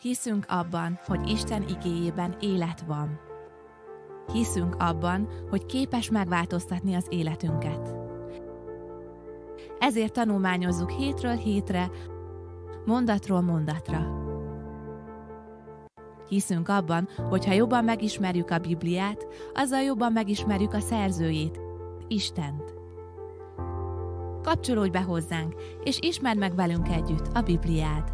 Hiszünk abban, hogy Isten igéjében élet van. Hiszünk abban, hogy képes megváltoztatni az életünket. Ezért tanulmányozzuk hétről hétre, mondatról mondatra. Hiszünk abban, hogy ha jobban megismerjük a Bibliát, azzal jobban megismerjük a szerzőjét, Istent. Kapcsolódj be hozzánk, és ismerd meg velünk együtt a Bibliát.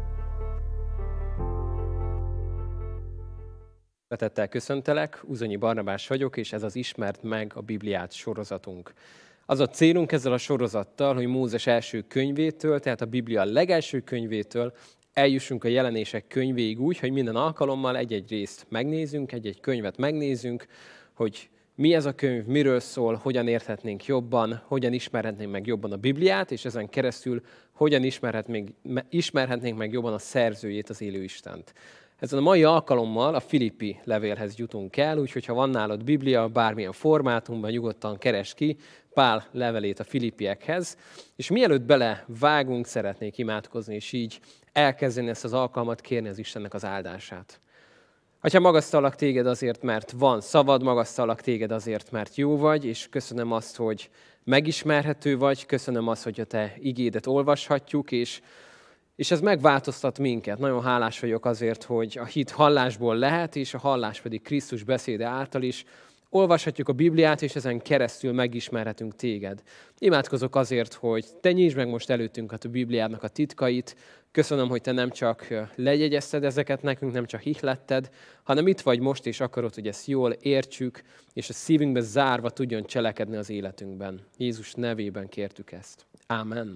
Szeretettel köszöntelek, Uzonyi Barnabás vagyok, és ez az Ismerd meg a Bibliát sorozatunk. Az a célunk ezzel a sorozattal, hogy Mózes első könyvétől, tehát a Biblia legelső könyvétől eljussunk a Jelenések könyvéig úgy, hogy minden alkalommal egy-egy részt megnézünk, egy-egy könyvet megnézünk, hogy mi ez a könyv, miről szól, hogyan érthetnénk jobban, hogyan ismerhetnénk meg jobban a Bibliát, és ezen keresztül hogyan ismerhetnénk meg jobban a szerzőjét, az élő Istent. Ezen a mai alkalommal a Filippi levélhez jutunk el, úgyhogy ha van nálad Biblia, bármilyen formátumban nyugodtan keresd ki Pál levelét a Filippiekhez, és mielőtt belevágunk, szeretnék imádkozni, és így elkezdeni ezt az alkalmat, kérni az Istennek az áldását. Atyám, magasztallak téged azért, mert van szavad, magasztallak téged azért, mert jó vagy, és köszönöm azt, hogy megismerhető vagy, köszönöm azt, hogy a te igédet olvashatjuk, és ez megváltoztat minket. Nagyon hálás vagyok azért, hogy a hit hallásból lehet, és a hallás pedig Krisztus beszéde által is. Olvashatjuk a Bibliát, és ezen keresztül megismerhetünk téged. Imádkozok azért, hogy te nyisd meg most előttünk a Bibliádnak a titkait. Köszönöm, hogy te nem csak lejegyezted ezeket nekünk, nem csak ihletted, hanem itt vagy most, és akarod, hogy ezt jól értsük, és a szívünkbe zárva tudjon cselekedni az életünkben. Jézus nevében kértük ezt. Ámen.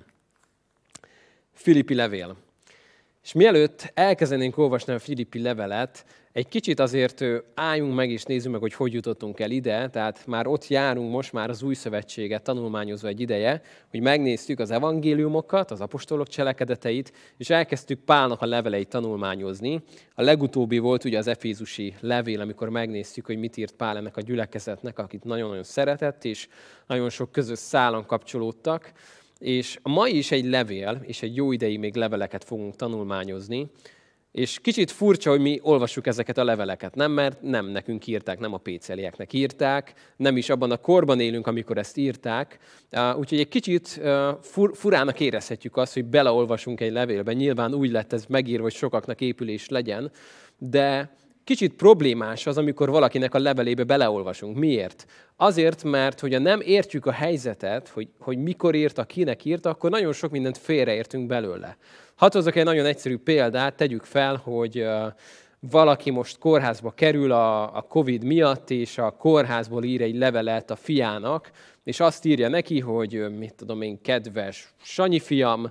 Filippi levél. És mielőtt elkezdenénk olvasni a Filippi levelet, egy kicsit azért álljunk meg és nézzük meg, hogy jutottunk el ide, tehát már ott járunk most már az új szövetséget tanulmányozva egy ideje, hogy megnéztük az evangéliumokat, az apostolok cselekedeteit, és elkezdtük Pálnak a leveleit tanulmányozni. A legutóbbi volt ugye az efézusi levél, amikor megnéztük, hogy mit írt Pál ennek a gyülekezetnek, akit nagyon-nagyon szeretett, és nagyon sok közös szálon kapcsolódtak. És a mai is egy levél, és egy jó ideig még leveleket fogunk tanulmányozni, és kicsit furcsa, hogy mi olvassuk ezeket a leveleket, nem, mert nem nekünk írták, nem a pécelieknek írták, nem is abban a korban élünk, amikor ezt írták, úgyhogy egy kicsit furának érezhetjük azt, hogy beleolvasunk egy levélbe, nyilván úgy lett ez megírva, hogy sokaknak épülés legyen, de kicsit problémás az, amikor valakinek a levelébe beleolvasunk. Miért? Azért, mert hogyha nem értjük a helyzetet, hogy mikor írta, kinek írta, akkor nagyon sok mindent félreértünk belőle. Hadd hozzak egy nagyon egyszerű példát, tegyük fel, hogy valaki most kórházba kerül a Covid miatt, és a kórházból ír egy levelet a fiának, és azt írja neki, hogy mit tudom én, kedves Sanyi fiam,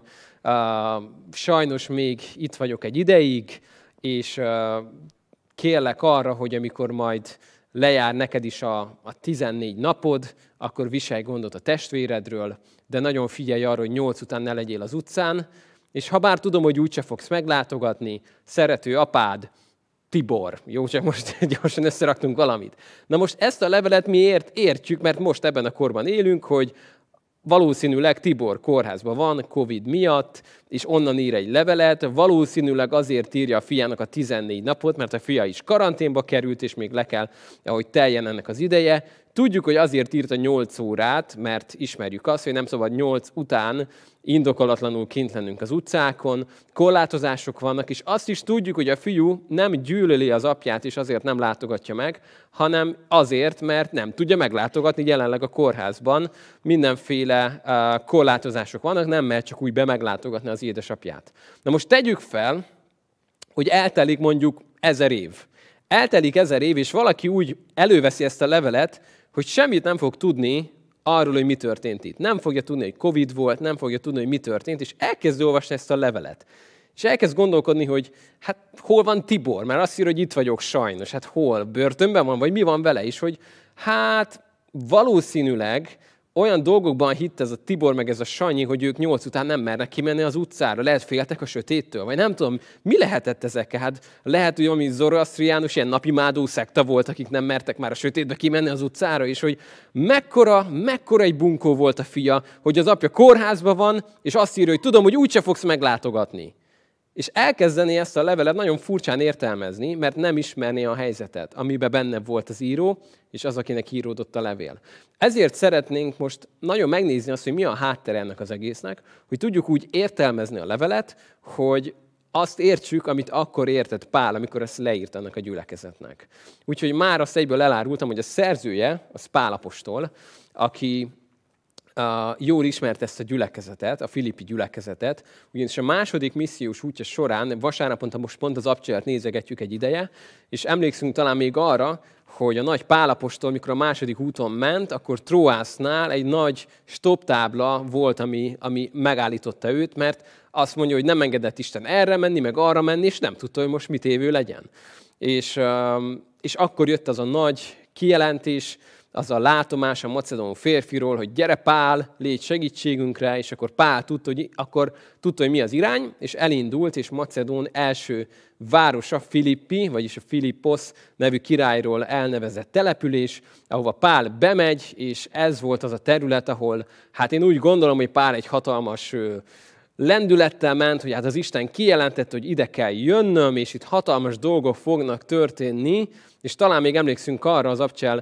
sajnos még itt vagyok egy ideig, és kérlek arra, hogy amikor majd lejár neked is a 14 napod, akkor viselj gondot a testvéredről, de nagyon figyelj arra, hogy 8 után ne legyél az utcán, és ha bár tudom, hogy úgyse fogsz meglátogatni, szerető apád, Tibor. Jó, csak most gyorsan összeraktunk valamit. Na most ezt a levelet mi értjük, mert most ebben a korban élünk, hogy valószínűleg Tibor kórházban van Covid miatt, és onnan ír egy levelet, valószínűleg azért írja a fiának a 14 napot, mert a fia is karanténba került, és még le kell, hogy teljen ennek az ideje. Tudjuk, hogy azért írta 8 órát, mert ismerjük azt, hogy nem szabad 8 után indokolatlanul kint lennünk az utcákon, korlátozások vannak, és azt is tudjuk, hogy a fiú nem gyűlöli az apját, és azért nem látogatja meg, hanem azért, mert nem tudja meglátogatni jelenleg a kórházban. Mindenféle korlátozások vannak, nem mehet csak úgy be meglátogatni az édesapját. Na most tegyük fel, hogy eltelik mondjuk 1000 év. Eltelik 1000 év, és valaki úgy előveszi ezt a levelet, hogy semmit nem fog tudni arról, hogy mi történt itt. Nem fogja tudni, hogy Covid volt, nem fogja tudni, hogy mi történt, és elkezd olvasni ezt a levelet. És elkezd gondolkodni, hogy hát hol van Tibor? Mert azt írja, hogy itt vagyok sajnos. Hát hol? Börtönben van? Vagy mi van vele is? Hogy hát valószínűleg olyan dolgokban hitt ez a Tibor meg ez a Sanyi, hogy ők 8 után nem mernek kimenni az utcára. Lehet féltek a sötéttől, vagy nem tudom, mi lehetett ezekkel? Hát lehet, hogy valami zoroasztriánus, ilyen napimádó szekta volt, akik nem mertek már a sötétbe kimenni az utcára, és hogy mekkora egy bunkó volt a fia, hogy az apja kórházban van, és azt írja, hogy tudom, hogy úgyse fogsz meglátogatni. és elkezdeni ezt a levelet nagyon furcsán értelmezni, mert nem ismerné a helyzetet, amiben benne volt az író, és az, akinek íródott a levél. Ezért szeretnénk most nagyon megnézni azt, hogy mi a háttere ennek az egésznek, hogy tudjuk úgy értelmezni a levelet, hogy azt értsük, amit akkor értett Pál, amikor ezt leírt ennek a gyülekezetnek. Úgyhogy már azt egyből elárultam, hogy a szerzője, az Pál apostol, aki jól ismert ezt a gyülekezetet, a filippi gyülekezetet, ugyanis a második missziós útja során vasárnaponta most pont az abcsolat nézegetjük egy ideje, és emlékszünk talán még arra, hogy a nagy Pál apostol, mikor a második úton ment, akkor Tróásznál egy nagy stoptábla volt, ami megállította őt, mert azt mondja, hogy nem engedett Isten erre menni, meg arra menni, és nem tudta, hogy most mit évő legyen. És akkor jött az a nagy kijelentés, az a látomás a macedón férfiról, hogy gyere Pál, légy segítségünkre, és akkor Pál tudta, hogy mi az irány, és elindult, és Macedón első városa Filippi, vagyis a Filippos nevű királyról elnevezett település, ahova Pál bemegy, és ez volt az a terület, ahol, hát én úgy gondolom, hogy Pál egy hatalmas lendülettel ment, hogy hát az Isten kijelentette, hogy ide kell jönnöm, és itt hatalmas dolgok fognak történni, és talán még emlékszünk arra az Abcsel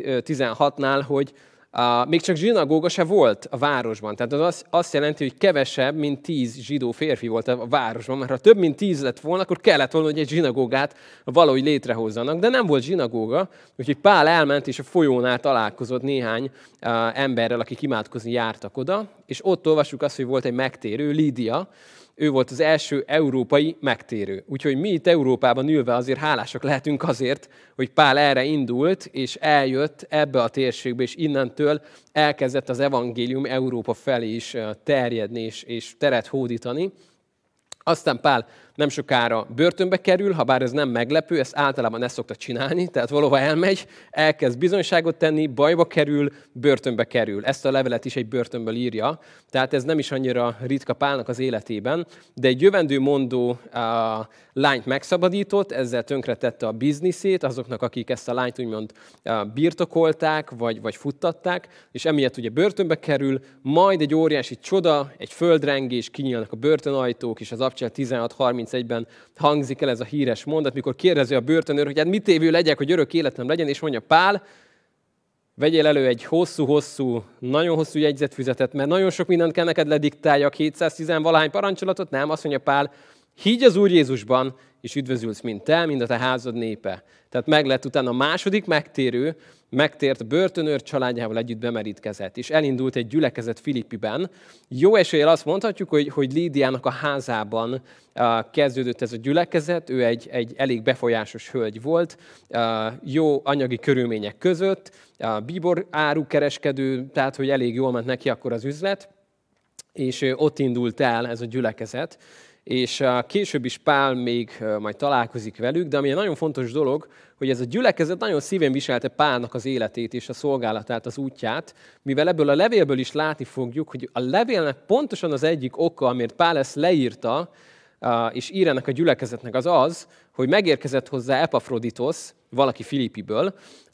16-nál, hogy még csak zsinagóga se volt a városban. Tehát az azt jelenti, hogy kevesebb, mint 10 zsidó férfi volt a városban, mert ha több mint 10 lett volna, akkor kellett volna, hogy egy zsinagógát valahogy létrehozzanak. De nem volt zsinagóga, úgyhogy Pál elment, és a folyónál találkozott néhány emberrel, akik imádkozni jártak oda, és ott olvassuk azt, hogy volt egy megtérő, Lídia. Ő volt az első európai megtérő. Úgyhogy mi itt Európában ülve azért hálásak lehetünk azért, hogy Pál erre indult, és eljött ebbe a térségbe, és innentől elkezdett az evangélium Európa felé is terjedni, és teret hódítani. Aztán Pál nem sokára börtönbe kerül, ha bár ez nem meglepő, ezt általában ezt szokta csinálni, tehát valahova elmegy, elkezd bizonyságot tenni, bajba kerül, börtönbe kerül. Ezt a levelet is egy börtönből írja, tehát ez nem is annyira ritka Pálnak az életében, de egy jövendőmondó lányt megszabadított, ezzel tönkretette a bizniszét azoknak, akik ezt a lányt úgymond birtokolták, vagy futtatták, és emiatt ugye börtönbe kerül, majd egy óriási csoda, egy földrengés, kinyílnak a börtönajtók, és az Abcsel 16:31-ben hangzik el ez a híres mondat, mikor kérdezi a börtönőr, hogy hát mit évő legyek, hogy örök életem legyen, és mondja Pál, vegyél elő egy hosszú, nagyon hosszú jegyzetfüzetet, mert nagyon sok mindent kell neked lediktáljak, 710-valahány parancsolatot, nem, azt mondja Pál, higgy az Úr Jézusban, és üdvözülsz, mint te, mind a te házad népe. Tehát meg lett utána a második megtérő, megtért börtönőr családjával együtt bemerítkezett, és elindult egy gyülekezet Filippiben. Jó eséllyel azt mondhatjuk, hogy Lídiának a házában kezdődött ez a gyülekezet, ő egy elég befolyásos hölgy volt, jó anyagi körülmények között, bíbor árukereskedő, tehát hogy elég jól ment neki akkor az üzlet, és ott indult el ez a gyülekezet, és később is Pál még majd találkozik velük, de ami egy nagyon fontos dolog, hogy ez a gyülekezet nagyon szívén viselte Pálnak az életét és a szolgálatát, az útját, mivel ebből a levélből is látni fogjuk, hogy a levélnek pontosan az egyik oka, amiért Pál ezt leírta, és ír ennek a gyülekezetnek az, hogy megérkezett hozzá Epafroditos, valaki Filippiből,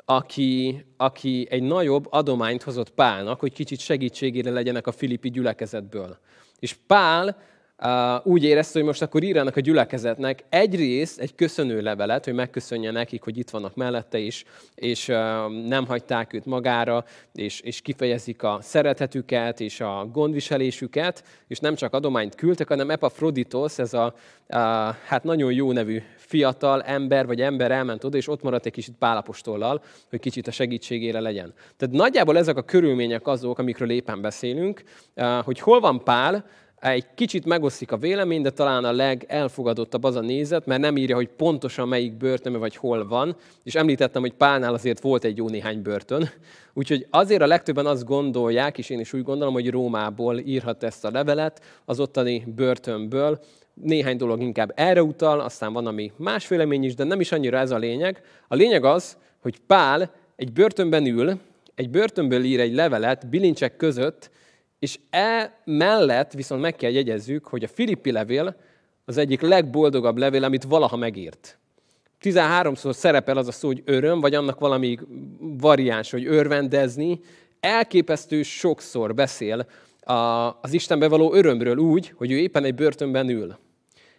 aki egy nagyobb adományt hozott Pálnak, hogy kicsit segítségére legyenek a filippi gyülekezetből. És Pál úgy érezte, hogy most akkor írjanak a gyülekezetnek egyrészt egy köszönő levelet, hogy megköszönje nekik, hogy itt vannak mellette is, és nem hagyták őt magára, és kifejezik a szeretetüket és a gondviselésüket, és nem csak adományt küldtek, hanem Epafroditos, ez hát nagyon jó nevű fiatal ember, vagy ember elment oda, és ott maradt egy kicsit Pál apostollal, hogy kicsit a segítségére legyen. Tehát nagyjából ezek a körülmények azok, amikről éppen beszélünk, hogy hol van Pál. Egy kicsit megosztik a vélemény, de talán a legelfogadottabb az a nézet, mert nem írja, hogy pontosan melyik börtönben vagy hol van, és említettem, hogy Pálnál azért volt egy jó néhány börtön. Úgyhogy azért a legtöbben azt gondolják, és én is úgy gondolom, hogy Rómából írhat ezt a levelet, az ottani börtönből. Néhány dolog inkább erre utal, aztán van, ami más vélemény is, de nem is annyira ez a lényeg. A lényeg az, hogy Pál egy börtönben ül, egy börtönből ír egy levelet bilincsek között, és mellett viszont meg kell jegyezzük, hogy a filippi levél az egyik legboldogabb levél, amit valaha megírt. 13-szor szerepel az a szó, hogy öröm, vagy annak valami variáns, hogy örvendezni. Elképesztő sokszor beszél az Istenbe való örömről úgy, hogy ő éppen egy börtönben ül.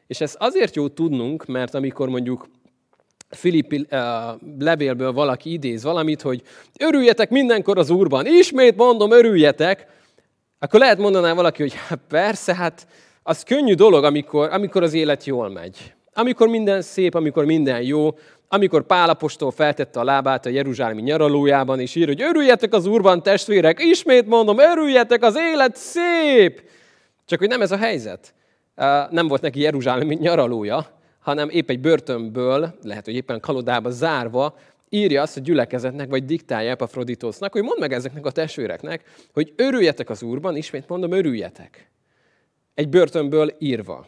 És ezt azért jó tudnunk, mert amikor mondjuk Filippi levélből valaki idéz valamit, hogy örüljetek mindenkor az Úrban, ismét mondom, örüljetek, akkor lehet mondaná valaki, hogy persze, hát az könnyű dolog, amikor az élet jól megy. Amikor minden szép, amikor minden jó, amikor Pál apostol feltette a lábát a jeruzsálemi nyaralójában, és ír, hogy örüljetek az Úrban, testvérek, ismét mondom, örüljetek, az élet szép! Csak hogy nem ez a helyzet. Nem volt neki jeruzsálemi nyaralója, hanem épp egy börtönből, lehet, hogy éppen kalodába zárva, írja azt a gyülekezetnek, vagy diktálja Epafroditosznak, hogy mondd meg ezeknek a testvéreknek, hogy örüljetek az Úrban, ismét mondom, örüljetek. Egy börtönből írva.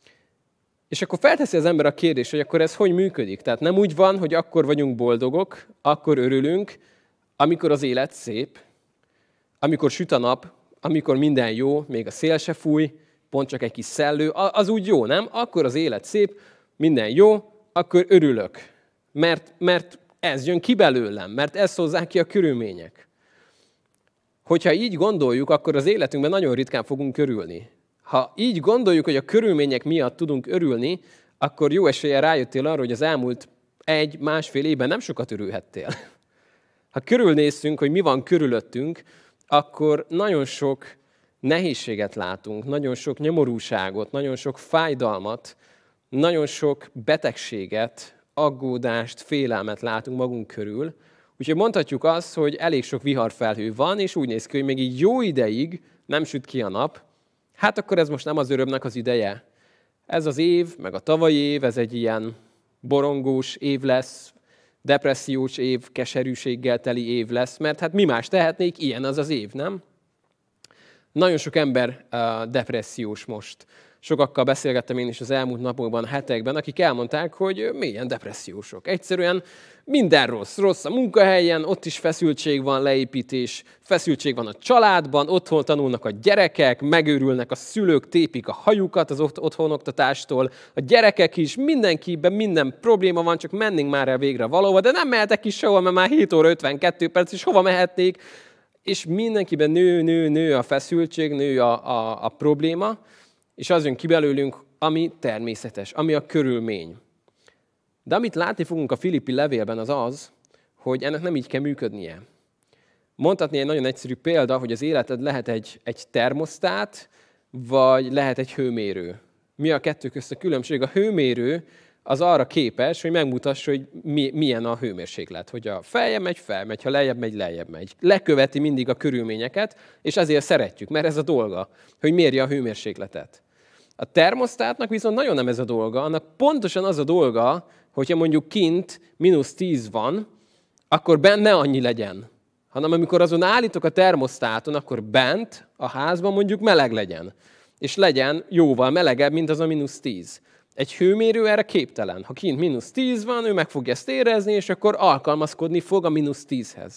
És akkor felteszi az ember a kérdést, hogy akkor ez hogy működik? Tehát nem úgy van, hogy akkor vagyunk boldogok, akkor örülünk, amikor az élet szép, amikor süt a nap, amikor minden jó, még a szél se fúj, pont csak egy kis szellő, az úgy jó, nem? Akkor az élet szép, minden jó, akkor örülök. Mert ez jön ki belőlem, mert ezt hozzák ki a körülmények. Hogyha így gondoljuk, akkor az életünkben nagyon ritkán fogunk örülni. Ha így gondoljuk, hogy a körülmények miatt tudunk örülni, akkor jó eséllyel rájöttél arra, hogy az elmúlt 1-1,5 évben nem sokat örülhettél. Ha körülnézünk, hogy mi van körülöttünk, akkor nagyon sok nehézséget látunk, nagyon sok nyomorúságot, nagyon sok fájdalmat, nagyon sok betegséget, aggódást, félelmet látunk magunk körül. Úgyhogy mondhatjuk azt, hogy elég sok viharfelhő van, és úgy néz ki, hogy még így jó ideig nem süt ki a nap. Hát akkor ez most nem az örömnek az ideje. Ez az év, meg a tavalyi év, ez egy ilyen borongós év lesz, depressziós év, keserűséggel teli év lesz, mert hát mi más tehetnék, ilyen az év, nem? Nagyon sok ember depressziós most. Sokakkal beszélgettem én is az elmúlt napokban, hetekben, akik elmondták, hogy mélyen depressziósok. Egyszerűen minden rossz a munkahelyen, ott is feszültség van, leépítés, feszültség van a családban, otthon tanulnak a gyerekek, megőrülnek a szülők, tépik a hajukat az otthonoktatástól, a gyerekek is, mindenkiben minden probléma van, csak mennénk már el végre valahova, de nem mehetek is sehol, mert már 7 óra 52 perc, és hova mehetnék? És mindenkiben nő a feszültség, nő a probléma, és az jön ki belőlünk, ami természetes, ami a körülmény. De amit látni fogunk a Filippi levélben az, hogy ennek nem így kell működnie. Mondhatni egy nagyon egyszerű példa, hogy az életed lehet egy termosztát, vagy lehet egy hőmérő. Mi a kettő közt a különbség? A hőmérő az arra képes, hogy megmutassa, hogy milyen a hőmérséklet. Hogy a feljebb megy, ha lejjebb megy. Leköveti mindig a körülményeket, és ezért szeretjük, mert ez a dolga, hogy mérje a hőmérsékletet. A termosztátnak viszont nagyon nem ez a dolga, annak pontosan az a dolga, hogyha mondjuk kint -10 van, akkor bent ne annyi legyen. Hanem amikor azon állítok a termosztáton, akkor bent a házban mondjuk meleg legyen. És legyen jóval melegebb, mint az a -10. Egy hőmérő erre képtelen. Ha kint -10 van, ő meg fogja ezt érezni, és akkor alkalmazkodni fog a -10-hez.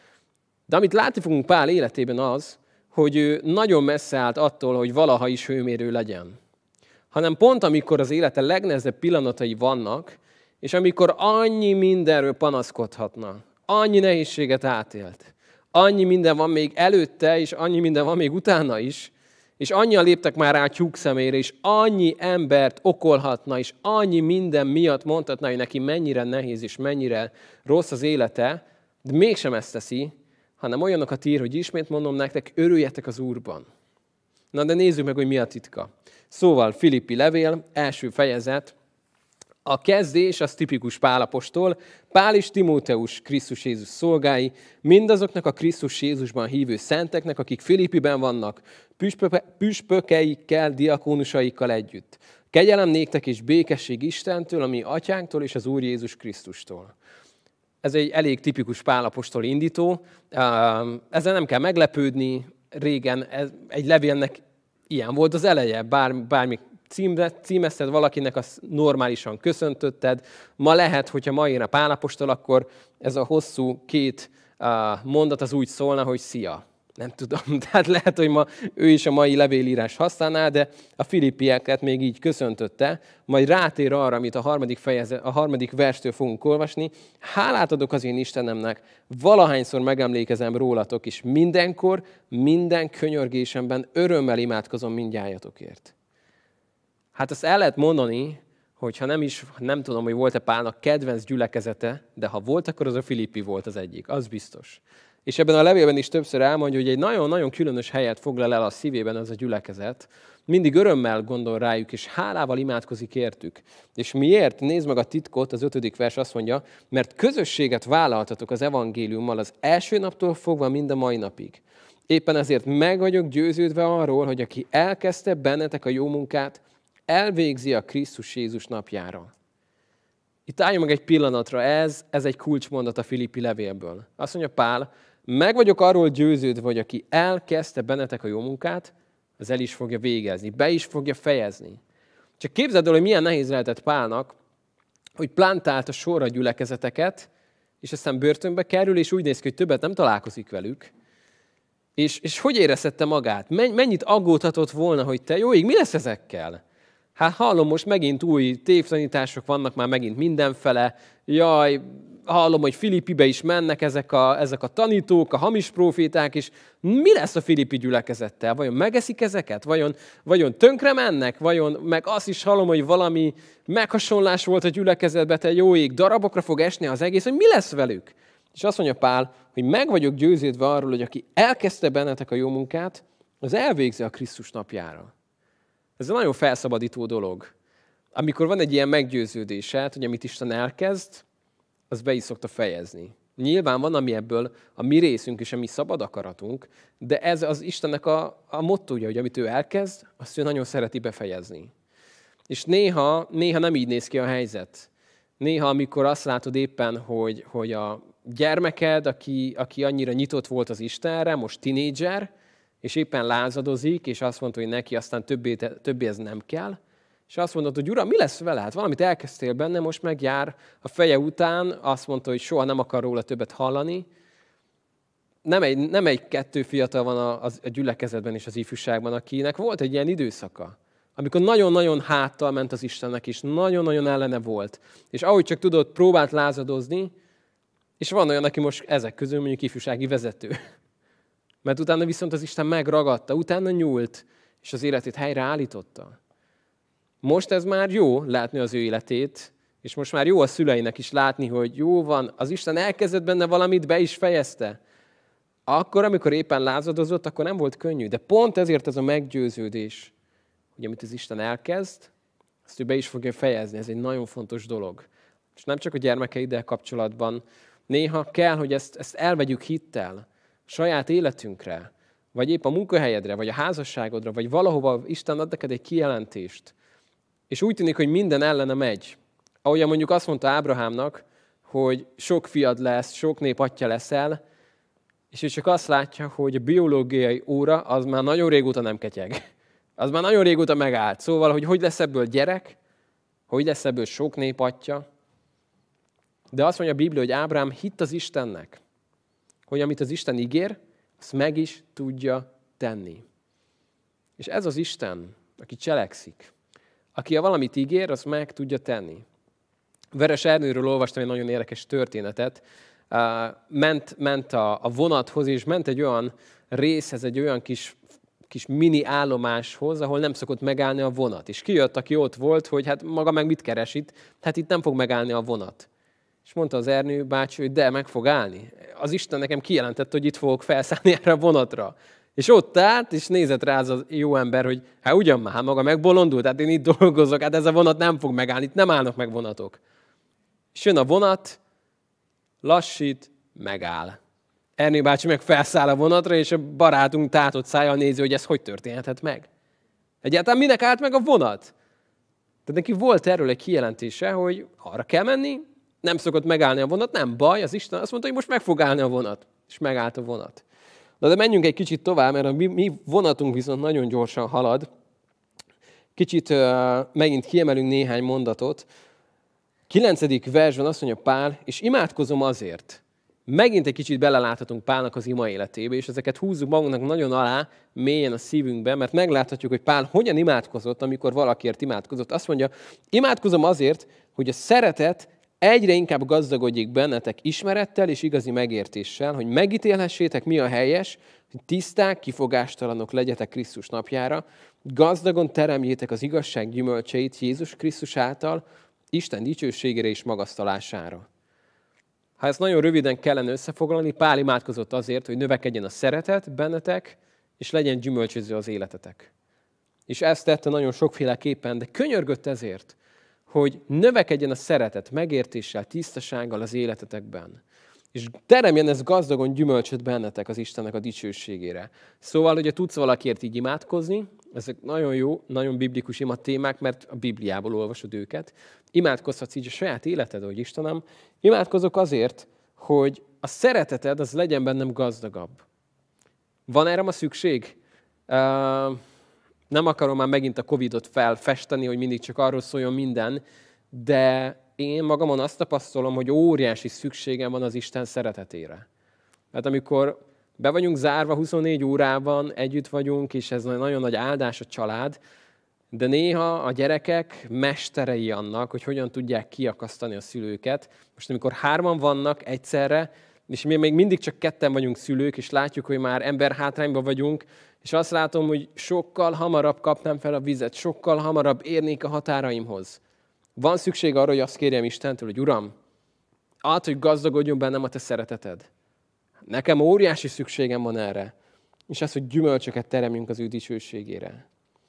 De amit látni fogunk Pál életében az, hogy ő nagyon messze állt attól, hogy valaha is hőmérő legyen. Hanem pont amikor az élete legnehezebb pillanatai vannak, és amikor annyi mindenről panaszkodhatna, annyi nehézséget átélt, annyi minden van még előtte, és annyi minden van még utána is, és annyian léptek már rá a tyúk szemére, és annyi embert okolhatna, és annyi minden miatt mondhatna, hogy neki mennyire nehéz, és mennyire rossz az élete, de mégsem ezt teszi, hanem olyanokat ír, hogy ismét mondom nektek, örüljetek az Úrban. Na de nézzük meg, hogy mi a titka. Szóval Filippi levél, első fejezet, a kezdés az tipikus Pál apostol, Pál és Timóteus Krisztus Jézus szolgái, mindazoknak a Krisztus Jézusban hívő szenteknek, akik Filippiben vannak, püspökeikkel, diakónusaikkal együtt. Kegyelem néktek és békesség Istentől, a mi atyánktól és az Úr Jézus Krisztustól. Ez egy elég tipikus Pál apostol indító, ezzel nem kell meglepődni, régen egy levélnek ilyen volt az eleje, bármi címezted valakinek, azt normálisan köszöntötted. Ma lehet, hogyha ma ír a Pál apostol, akkor ez a hosszú 2 mondat az úgy szólna, hogy szia. Nem tudom, tehát lehet, hogy ma ő is a mai levélírás használná, de a filippieket még így köszöntötte, majd rátér arra, amit a harmadik verstől fogunk olvasni. Hálát adok az én Istenemnek, valahányszor megemlékezem rólatok, és mindenkor, minden könyörgésemben örömmel imádkozom mindnyájatokért. Hát azt el lehet mondani, hogy nem tudom, hogy volt-e Pálnak kedvenc gyülekezete, de ha volt, akkor az a Filippi volt az egyik, az biztos. És ebben a levélben is többször elmondja, hogy egy nagyon-nagyon különös helyet foglal el a szívében az a gyülekezet. Mindig örömmel gondol rájuk, és hálával imádkozik értük. És miért? Nézd meg a titkot, az 5. vers azt mondja, mert közösséget vállaltatok az evangéliummal az első naptól fogva mind a mai napig. Éppen ezért meg vagyok győződve arról, hogy aki elkezdte bennetek a jó munkát, elvégzi a Krisztus Jézus napjára. Itt álljunk meg egy pillanatra, ez egy kulcsmondat a Filippi levélből. Azt mondja Pál, meg vagyok arról győződve, hogy aki elkezdte bennetek a jó munkát, az el is fogja végezni, be is fogja fejezni. Csak képzeld el, hogy milyen nehéz lehetett Pálnak, hogy plántált a sorra gyülekezeteket, és aztán börtönbe kerül, és úgy néz ki, hogy többet nem találkozik velük. És hogy érezhette magát? Mennyit aggódhatott volna, hogy te jó ég, mi lesz ezekkel? Hát hallom, most megint új tévtanítások vannak már megint mindenfele. Jaj, hallom, hogy Filippibe is mennek ezek a tanítók, a hamis próféták, és mi lesz a filippi gyülekezettel? Vajon megeszik ezeket? Vajon tönkre mennek? Meg azt is hallom, hogy valami meghasonlás volt a gyülekezetben, te jó ég, darabokra fog esni az egész, hogy mi lesz velük? És azt mondja Pál, hogy meg vagyok győződve arról, hogy aki elkezdte bennetek a jó munkát, az elvégzi a Krisztus napjára. Ez egy nagyon felszabadító dolog. Amikor van egy ilyen meggyőződésed, hogy amit Isten elkezd, az be is szokta fejezni. Nyilván van, ami ebből a mi részünk és a mi szabad akaratunk, de ez az Istennek a mottója, hogy amit ő elkezd, azt ő nagyon szereti befejezni. És néha nem így néz ki a helyzet. Néha, amikor azt látod éppen, hogy a gyermeked, aki annyira nyitott volt az Istenre, most tinédzser, és éppen lázadozik, és azt mondta, hogy neki aztán többé ez nem kell, és azt mondod, hogy Uram, mi lesz vele? Hát valamit elkezdtél benne, most meg jár a feje után, azt mondta, hogy soha nem akar róla többet hallani. Nem egy-kettő fiatal van a gyülekezetben és az ifjúságban, akinek volt egy ilyen időszaka, amikor nagyon-nagyon háttal ment az Istennek, és nagyon-nagyon ellene volt. És ahogy csak tudott, próbált lázadozni, és van olyan, aki most ezek közül mondjuk ifjúsági vezető. Mert utána viszont az Isten megragadta, utána nyúlt, és az életét helyreállította. Most ez már jó látni az ő életét, és most már jó a szüleinek is látni, hogy jó van, az Isten elkezdett benne valamit, be is fejezte. Akkor, amikor éppen lázadozott, akkor nem volt könnyű. De pont ezért ez a meggyőződés, hogy amit az Isten elkezd, azt ő be is fogja fejezni. Ez egy nagyon fontos dolog. És nem csak a gyermekeiddel kapcsolatban. Néha kell, hogy ezt elvegyük hittel a saját életünkre, vagy épp a munkahelyedre, vagy a házasságodra, vagy valahova Isten ad neked egy kijelentést. És úgy tűnik, hogy minden ellene megy. Ahogyan mondjuk azt mondta Ábrahámnak, hogy sok fiad lesz, sok nép atyja leszel, és ő csak azt látja, hogy a biológiai óra az már nagyon régóta nem ketyeg. Az már nagyon régóta megállt. Szóval, hogy lesz ebből gyerek, hogy lesz ebből sok nép atya. De azt mondja a Biblia, hogy Ábrahám hitt az Istennek, hogy amit az Isten ígér, azt meg is tudja tenni. És ez az Isten, aki cselekszik. Aki valamit ígér, azt meg tudja tenni. Veres Ernőről olvastam egy nagyon érdekes történetet. Ment a vonathoz, és ment egy olyan részhez, egy olyan kis mini állomáshoz, ahol nem szokott megállni a vonat. És kijött, aki ott volt, hogy hát maga meg mit keres itt? Hát itt nem fog megállni a vonat. És mondta az Ernő bácsi, hogy de, meg fog állni. Az Isten nekem kijelentett, hogy itt fogok felszállni erre a vonatra. És ott állt, és nézett rá az a jó ember, hogy hát ugyan már, maga megbolondult, hát én itt dolgozok, hát ez a vonat nem fog megállni, itt nem állnak meg vonatok. És jön a vonat, lassít, megáll. Ernő bácsi meg felszáll a vonatra, és a barátunk tátott szájjal nézi, hogy ez hogy történhetett meg. Egyáltalán minek állt meg a vonat? Tehát neki volt erről egy kijelentése, hogy arra kell menni, nem szokott megállni a vonat, nem baj, az Isten azt mondta, hogy most meg fog állni a vonat. És megállt a vonat. De menjünk egy kicsit tovább, mert a mi vonatunk viszont nagyon gyorsan halad. Kicsit megint kiemelünk néhány mondatot. 9. versben azt mondja Pál, és imádkozom azért. Megint egy kicsit beleláthatunk Pálnak az ima életébe, és ezeket húzzuk magunknak nagyon alá, mélyen a szívünkbe, mert megláthatjuk, hogy Pál hogyan imádkozott, amikor valakiért imádkozott. Azt mondja, imádkozom azért, hogy a szeretet egyre inkább gazdagodjék bennetek ismerettel és igazi megértéssel, hogy megítélhessétek, mi a helyes, tiszták, kifogástalanok legyetek Krisztus napjára, gazdagon teremjétek az igazság gyümölcseit Jézus Krisztus által, Isten dicsőségére és magasztalására. Ha ezt nagyon röviden kellene összefoglalni, Pál imádkozott azért, hogy növekedjen a szeretet bennetek, és legyen gyümölcsöző az életetek. És ezt tette nagyon sokféleképpen, de könyörgött ezért, hogy növekedjen a szeretet megértéssel, tisztasággal az életetekben. És teremjen ez gazdagon gyümölcsöt bennetek az Istennek a dicsőségére. Szóval, hogyha tudsz valakiért így imádkozni, ezek nagyon jó, nagyon biblikus ima témák, mert a Bibliából olvasod őket. Imádkozhatsz így a saját életed, hogy Istenem, imádkozok azért, hogy a szereteted az legyen bennem gazdagabb. Van erre ma szükség? Nem akarom már megint a Covid-ot felfesteni, hogy mindig csak arról szóljon minden, de én magamon azt tapasztalom, hogy óriási szükségem van az Isten szeretetére. Mert amikor be vagyunk zárva 24 órában, együtt vagyunk, és ez nagyon nagy áldás a család, de néha a gyerekek mesterei annak, hogy hogyan tudják kiakasztani a szülőket. Most amikor 3 vannak egyszerre, és mi még mindig csak 2 vagyunk szülők, és látjuk, hogy már emberhátrányban vagyunk, és azt látom, hogy sokkal hamarabb kapnám fel a vizet, sokkal hamarabb érnék a határaimhoz. Van szükség arra, hogy azt kérjem Istentől, hogy Uram, add, hogy gazdagodjon bennem a te szereteted. Nekem óriási szükségem van erre. És az, hogy gyümölcsöket teremjünk az ő dicsőségére.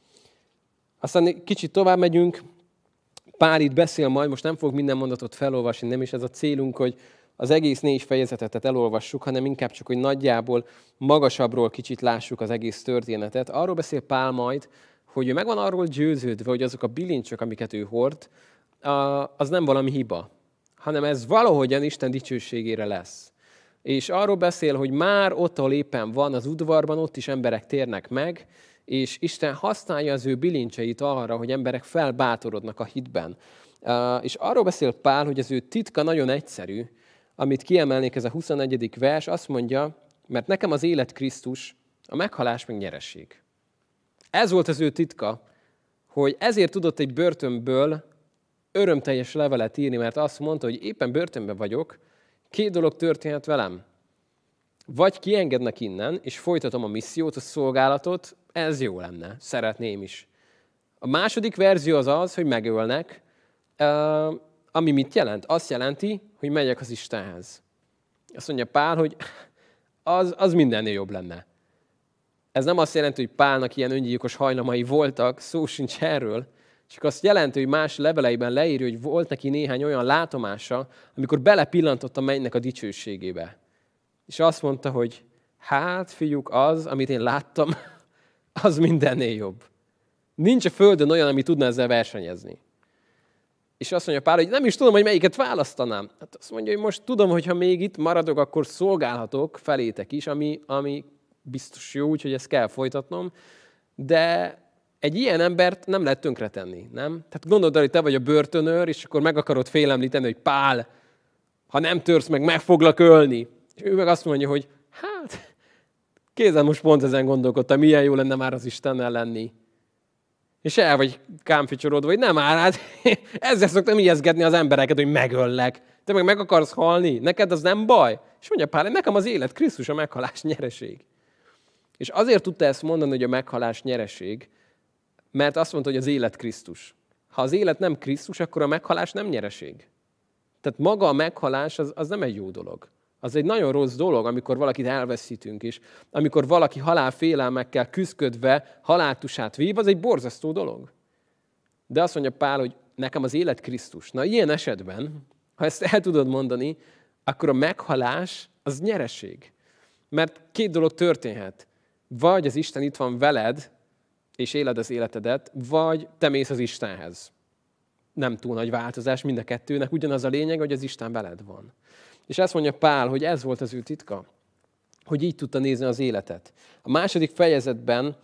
Aztán kicsit tovább megyünk. Pál itt beszél majd, most nem fogok minden mondatot felolvasni, nem is ez a célunk, hogy az egész 4 fejezetet elolvassuk, hanem inkább csak, hogy nagyjából magasabbról kicsit lássuk az egész történetet. Arról beszél Pál majd, hogy ő meg van arról győződve, hogy azok a bilincsök, amiket ő hord, az nem valami hiba, hanem ez valahogyan Isten dicsőségére lesz. És arról beszél, hogy már ott, ahol éppen van az udvarban, ott is emberek térnek meg, és Isten használja az ő bilincseit arra, hogy emberek felbátorodnak a hitben. És arról beszél Pál, hogy az ő titka nagyon egyszerű, amit kiemelnék, ez a 21. vers, azt mondja, mert nekem az élet Krisztus, a meghalás meg nyereség. Ez volt az ő titka, hogy ezért tudott egy börtönből örömteljes levelet írni, mert azt mondta, hogy éppen börtönben vagyok, 2 dolog történhet velem. Vagy kiengednek innen, és folytatom a missziót, a szolgálatot, ez jó lenne, szeretném is. A második verzió az, hogy megölnek, ami mit jelent? Azt jelenti, hogy megyek az Istenhez. Azt mondja Pál, hogy az mindennél jobb lenne. Ez nem azt jelenti, hogy Pálnak ilyen öngyilkos hajlamai voltak, szó sincs erről, csak azt jelenti, hogy más leveleiben leírja, hogy volt neki néhány olyan látomása, amikor belepillantott a mennynek a dicsőségébe. És azt mondta, hogy hát fiúk, az, amit én láttam, az mindennél jobb. Nincs a földön olyan, ami tudna ezzel versenyezni. És azt mondja Pál, hogy nem is tudom, hogy melyiket választanám. Hát azt mondja, hogy most tudom, hogy ha még itt maradok, akkor szolgálhatok felétek is, ami biztos jó, úgyhogy ezt kell folytatnom, de egy ilyen embert nem lehet tönkretenni, nem? Tehát gondold el, hogy te vagy a börtönőr, és akkor meg akarod félemlíteni, hogy Pál, ha nem törsz meg foglak ölni. És ő meg azt mondja, hogy hát, kézzel most pont ezen gondolkodtam, milyen jó lenne már az Istennel lenni. És el vagy kámficsorodva, hogy nem áll, hát ezzel szoktam ijeszgetni az embereket, hogy megöllek. Te meg akarsz halni? Neked az nem baj? És mondja Pál, nekem az élet Krisztus, a meghalás nyereség. És azért tudta ezt mondani, hogy a meghalás nyereség, mert azt mondta, hogy az élet Krisztus. Ha az élet nem Krisztus, akkor a meghalás nem nyereség. Tehát maga a meghalás az nem egy jó dolog. Az egy nagyon rossz dolog, amikor valakit elveszítünk is. Amikor valaki halálfélelmekkel küszködve haláltusát vív, az egy borzasztó dolog. De azt mondja Pál, hogy nekem az élet Krisztus. Na, ilyen esetben, ha ezt el tudod mondani, akkor a meghalás az nyereség. Mert 2 dolog történhet. Vagy az Isten itt van veled, és éled az életedet, vagy te mész az Istenhez. Nem túl nagy változás, mind a kettőnek ugyanaz a lényeg, hogy az Isten veled van. És ezt mondja Pál, hogy ez volt az ő titka, hogy így tudta nézni az életet. A második fejezetben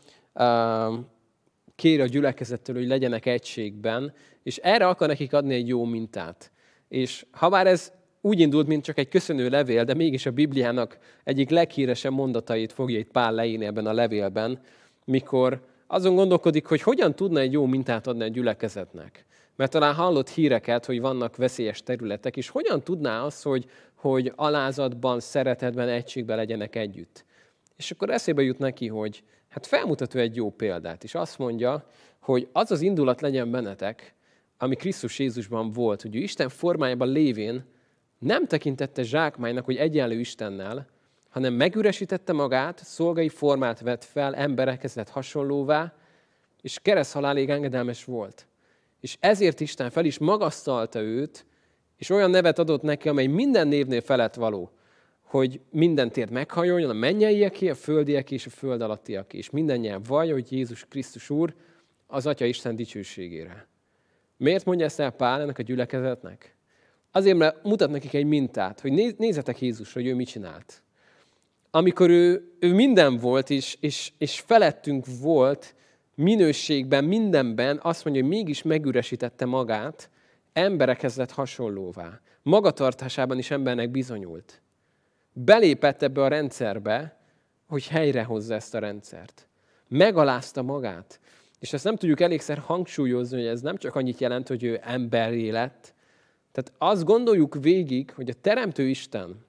kér a gyülekezettől, hogy legyenek egységben, és erre akar nekik adni egy jó mintát. És ha bár ez úgy indult, mint csak egy köszönő levél, de mégis a Bibliának egyik leghíresebb mondatait fogja itt Pál leírni ebben a levélben, mikor azon gondolkodik, hogy hogyan tudna egy jó mintát adni a gyülekezetnek. Mert talán hallott híreket, hogy vannak veszélyes területek, és hogyan tudná az, hogy alázatban, szeretetben, egységben legyenek együtt. És akkor eszébe jut neki, hogy hát felmutat ő egy jó példát, és azt mondja, hogy az az indulat legyen bennetek, ami Krisztus Jézusban volt, hogy ő Isten formájában lévén nem tekintette zsákmánynak, hogy egyenlő Istennel, hanem megüresítette magát, szolgai formát vett fel, emberekhez lett hasonlóvá, és kereszthalálig engedelmes volt. És ezért Isten fel is magasztalta őt, és olyan nevet adott neki, amely minden névnél felett való, hogy minden térd meghajoljon, a mennyeieké, a földieké és a föld alattiaké, és minden nyelv vallja, hogy Jézus Krisztus Úr az Atya Isten dicsőségére. Miért mondja ezt el Pál ennek a gyülekezetnek? Azért, mert mutat nekik egy mintát, hogy nézzetek Jézusra, hogy ő mit csinált. Amikor ő minden volt, és felettünk volt, minőségben, mindenben, azt mondja, hogy mégis megüresítette magát, emberekhez lett hasonlóvá. Magatartásában is embernek bizonyult. Belépett ebbe a rendszerbe, hogy helyrehozza ezt a rendszert. Megalázta magát. És ezt nem tudjuk elégszer hangsúlyozni, hogy ez nem csak annyit jelent, hogy ő emberré lett. Tehát azt gondoljuk végig, hogy a Teremtő Isten,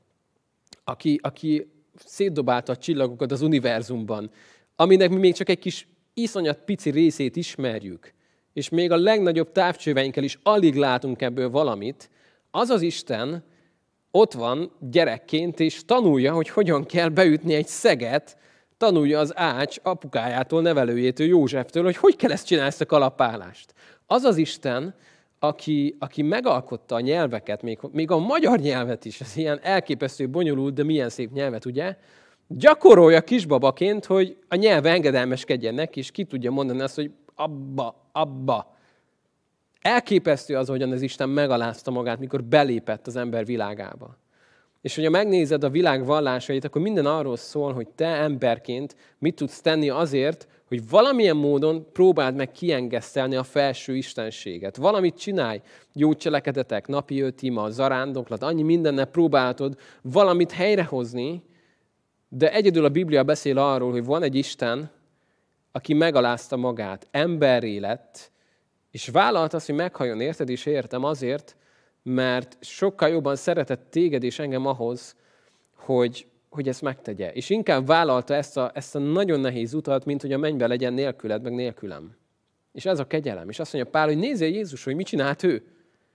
aki szétdobálta a csillagokat az univerzumban, aminek mi még csak egy kis iszonyat pici részét ismerjük, és még a legnagyobb távcsöveinkkel is alig látunk ebből valamit, az az Isten ott van gyerekként, és tanulja, hogy hogyan kell beütni egy szeget, tanulja az Ács apukájától, nevelőjétől, Józseftől, hogy kell ezt csinálni, ezt a kalapálást. Az az Isten, aki megalkotta a nyelveket, még a magyar nyelvet is, ez ilyen elképesztő, bonyolult, de milyen szép nyelvet, ugye? Gyakorolja kisbabaként, hogy a nyelv engedelmeskedjen neki, és ki tudja mondani azt, hogy abba. Elképesztő az, hogyan az Isten megalázta magát, mikor belépett az ember világába. És hogyha megnézed a világ vallásait, akkor minden arról szól, hogy te emberként mit tudsz tenni azért, hogy valamilyen módon próbáld meg kiengesztelni a felső istenséget. Valamit csinálj, jó cselekedetek, napi 5 ima, zarándoklat, annyi mindennel próbáltod valamit helyrehozni, de egyedül a Biblia beszél arról, hogy van egy Isten, aki megalázta magát, emberré lett, és vállalt azt, hogy meghalljon érted, és értem azért, mert sokkal jobban szeretett téged és engem ahhoz, hogy ezt megtegye. És inkább vállalta ezt a nagyon nehéz utat, mint hogy a mennybe legyen nélküled, meg nélkülem. És ez a kegyelem. És azt mondja Pál, hogy nézzél Jézus, hogy mit csinált ő.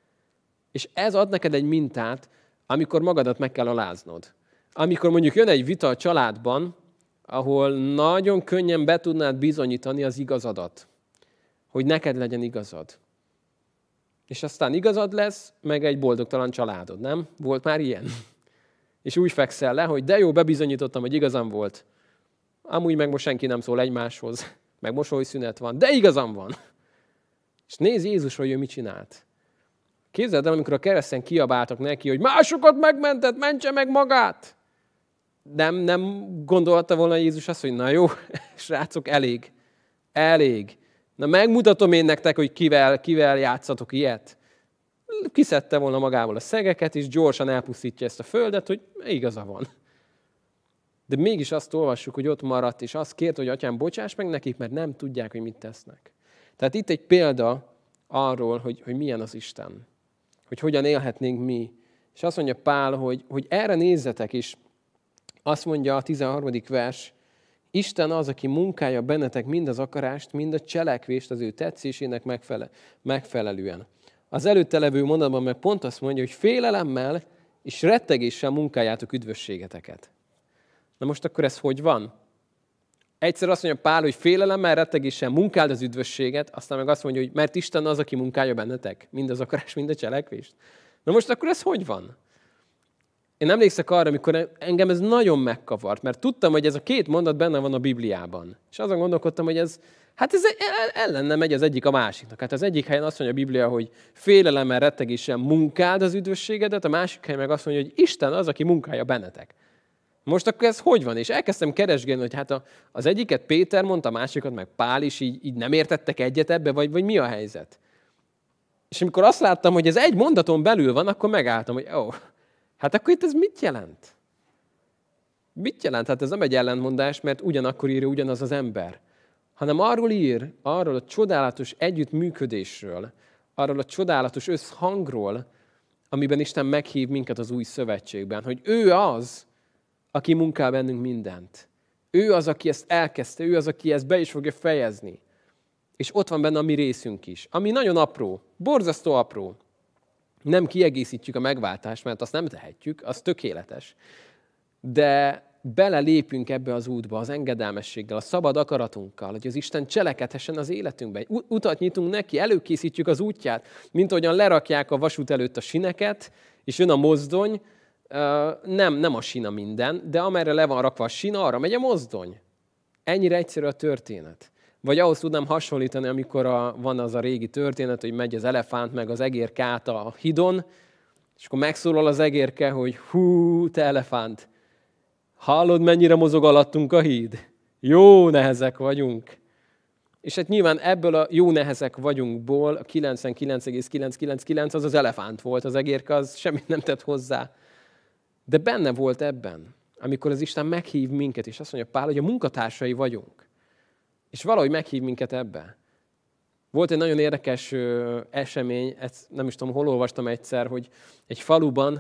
És ez ad neked egy mintát, amikor magadat meg kell aláznod. Amikor mondjuk jön egy vita a családban, ahol nagyon könnyen be tudnád bizonyítani az igazadat. Hogy neked legyen igazad. És aztán igazad lesz, meg egy boldogtalan családod, nem? Volt már ilyen? És úgy fekszel le, hogy de jó, bebizonyítottam, hogy igazam volt. Amúgy meg most senki nem szól egymáshoz, meg mosolyszünet van, de igazam van. És nézd Jézus, hogy ő mit csinált. Képzeld el, amikor a kereszten kiabáltak neki, hogy másokat megmentett, mentse meg magát. Nem gondolta volna Jézus azt, hogy na jó, srácok, elég. Na megmutatom én nektek, hogy kivel játszatok ilyet. Kiszedte volna magából a szegeket, és gyorsan elpusztítja ezt a földet, hogy igaza van. De mégis azt olvassuk, hogy ott maradt, és azt kérte, hogy atyám, bocsáss meg nekik, mert nem tudják, hogy mit tesznek. Tehát itt egy példa arról, hogy milyen az Isten. Hogy hogyan élhetnénk mi. És azt mondja Pál, hogy erre nézzetek, és azt mondja a 13. vers, Isten az, aki munkálja bennetek mind az akarást, mind a cselekvést az ő tetszésének megfelelően. Az előtte levő mondatban meg pont azt mondja, hogy félelemmel és rettegéssel munkáljátok üdvösségeteket. Na most akkor ez hogy van? Egyszer azt mondja Pál, hogy félelemmel, rettegéssel munkáld az üdvösséget, aztán meg azt mondja, hogy mert Isten az, aki munkálja bennetek, mind az akarást, mind a cselekvést. Na most akkor ez hogy van? Én emlékszek arra, amikor engem ez nagyon megkavart, mert tudtam, hogy ez a 2 mondat benne van a Bibliában. És azon gondolkodtam, hogy ez ellenne megy az egyik a másiknak. Hát az egyik helyen azt mondja a Biblia, hogy félelemmel, rettegéssel munkáld az üdvösségedet, a másik helyen meg azt mondja, hogy Isten az, aki munkálja bennetek. Most akkor ez hogy van? És elkezdtem keresgélni, hogy hát az egyiket Péter mondta, a másikat meg Pál is így nem értettek egyet ebbe, vagy mi a helyzet? És amikor azt láttam, hogy ez egy mondaton belül van, akkor megálltam, hogy hát akkor itt ez mit jelent? Mit jelent? Hát ez nem egy ellentmondás, mert ugyanakkor írja ugyanaz az ember. Hanem arról a csodálatos együttműködésről, arról a csodálatos összhangról, amiben Isten meghív minket az új szövetségben, hogy ő az, aki munkál bennünk mindent. Ő az, aki ezt elkezdte, ő az, aki ezt be is fogja fejezni. És ott van benne a mi részünk is, ami nagyon apró, borzasztó apró. Nem kiegészítjük a megváltást, mert azt nem tehetjük, az tökéletes. De belelépünk ebbe az útba, az engedelmességgel, a szabad akaratunkkal, hogy az Isten cselekedhessen az életünkben. Utat nyitunk neki, előkészítjük az útját, mint ahogyan lerakják a vasút előtt a sineket, és jön a mozdony, nem a sina minden, de amerre le van rakva a sina, arra megy a mozdony. Ennyire egyszerű a történet. Vagy ahhoz tudnám hasonlítani, amikor van az a régi történet, hogy megy az elefánt meg az egérke át a hidon, és akkor megszólal az egérke, hogy hú, te elefánt, hallod, mennyire mozog alattunk a híd? Jó nehezek vagyunk. És hát nyilván ebből a jó nehezek vagyunkból a 99,999 az elefánt volt, az egérke az semmit nem tett hozzá. De benne volt ebben, amikor az Isten meghív minket, és azt mondja Pál, hogy a munkatársai vagyunk. És valahogy meghív minket ebbe. Volt egy nagyon érdekes esemény, nem is tudom, hol olvastam egyszer, hogy egy faluban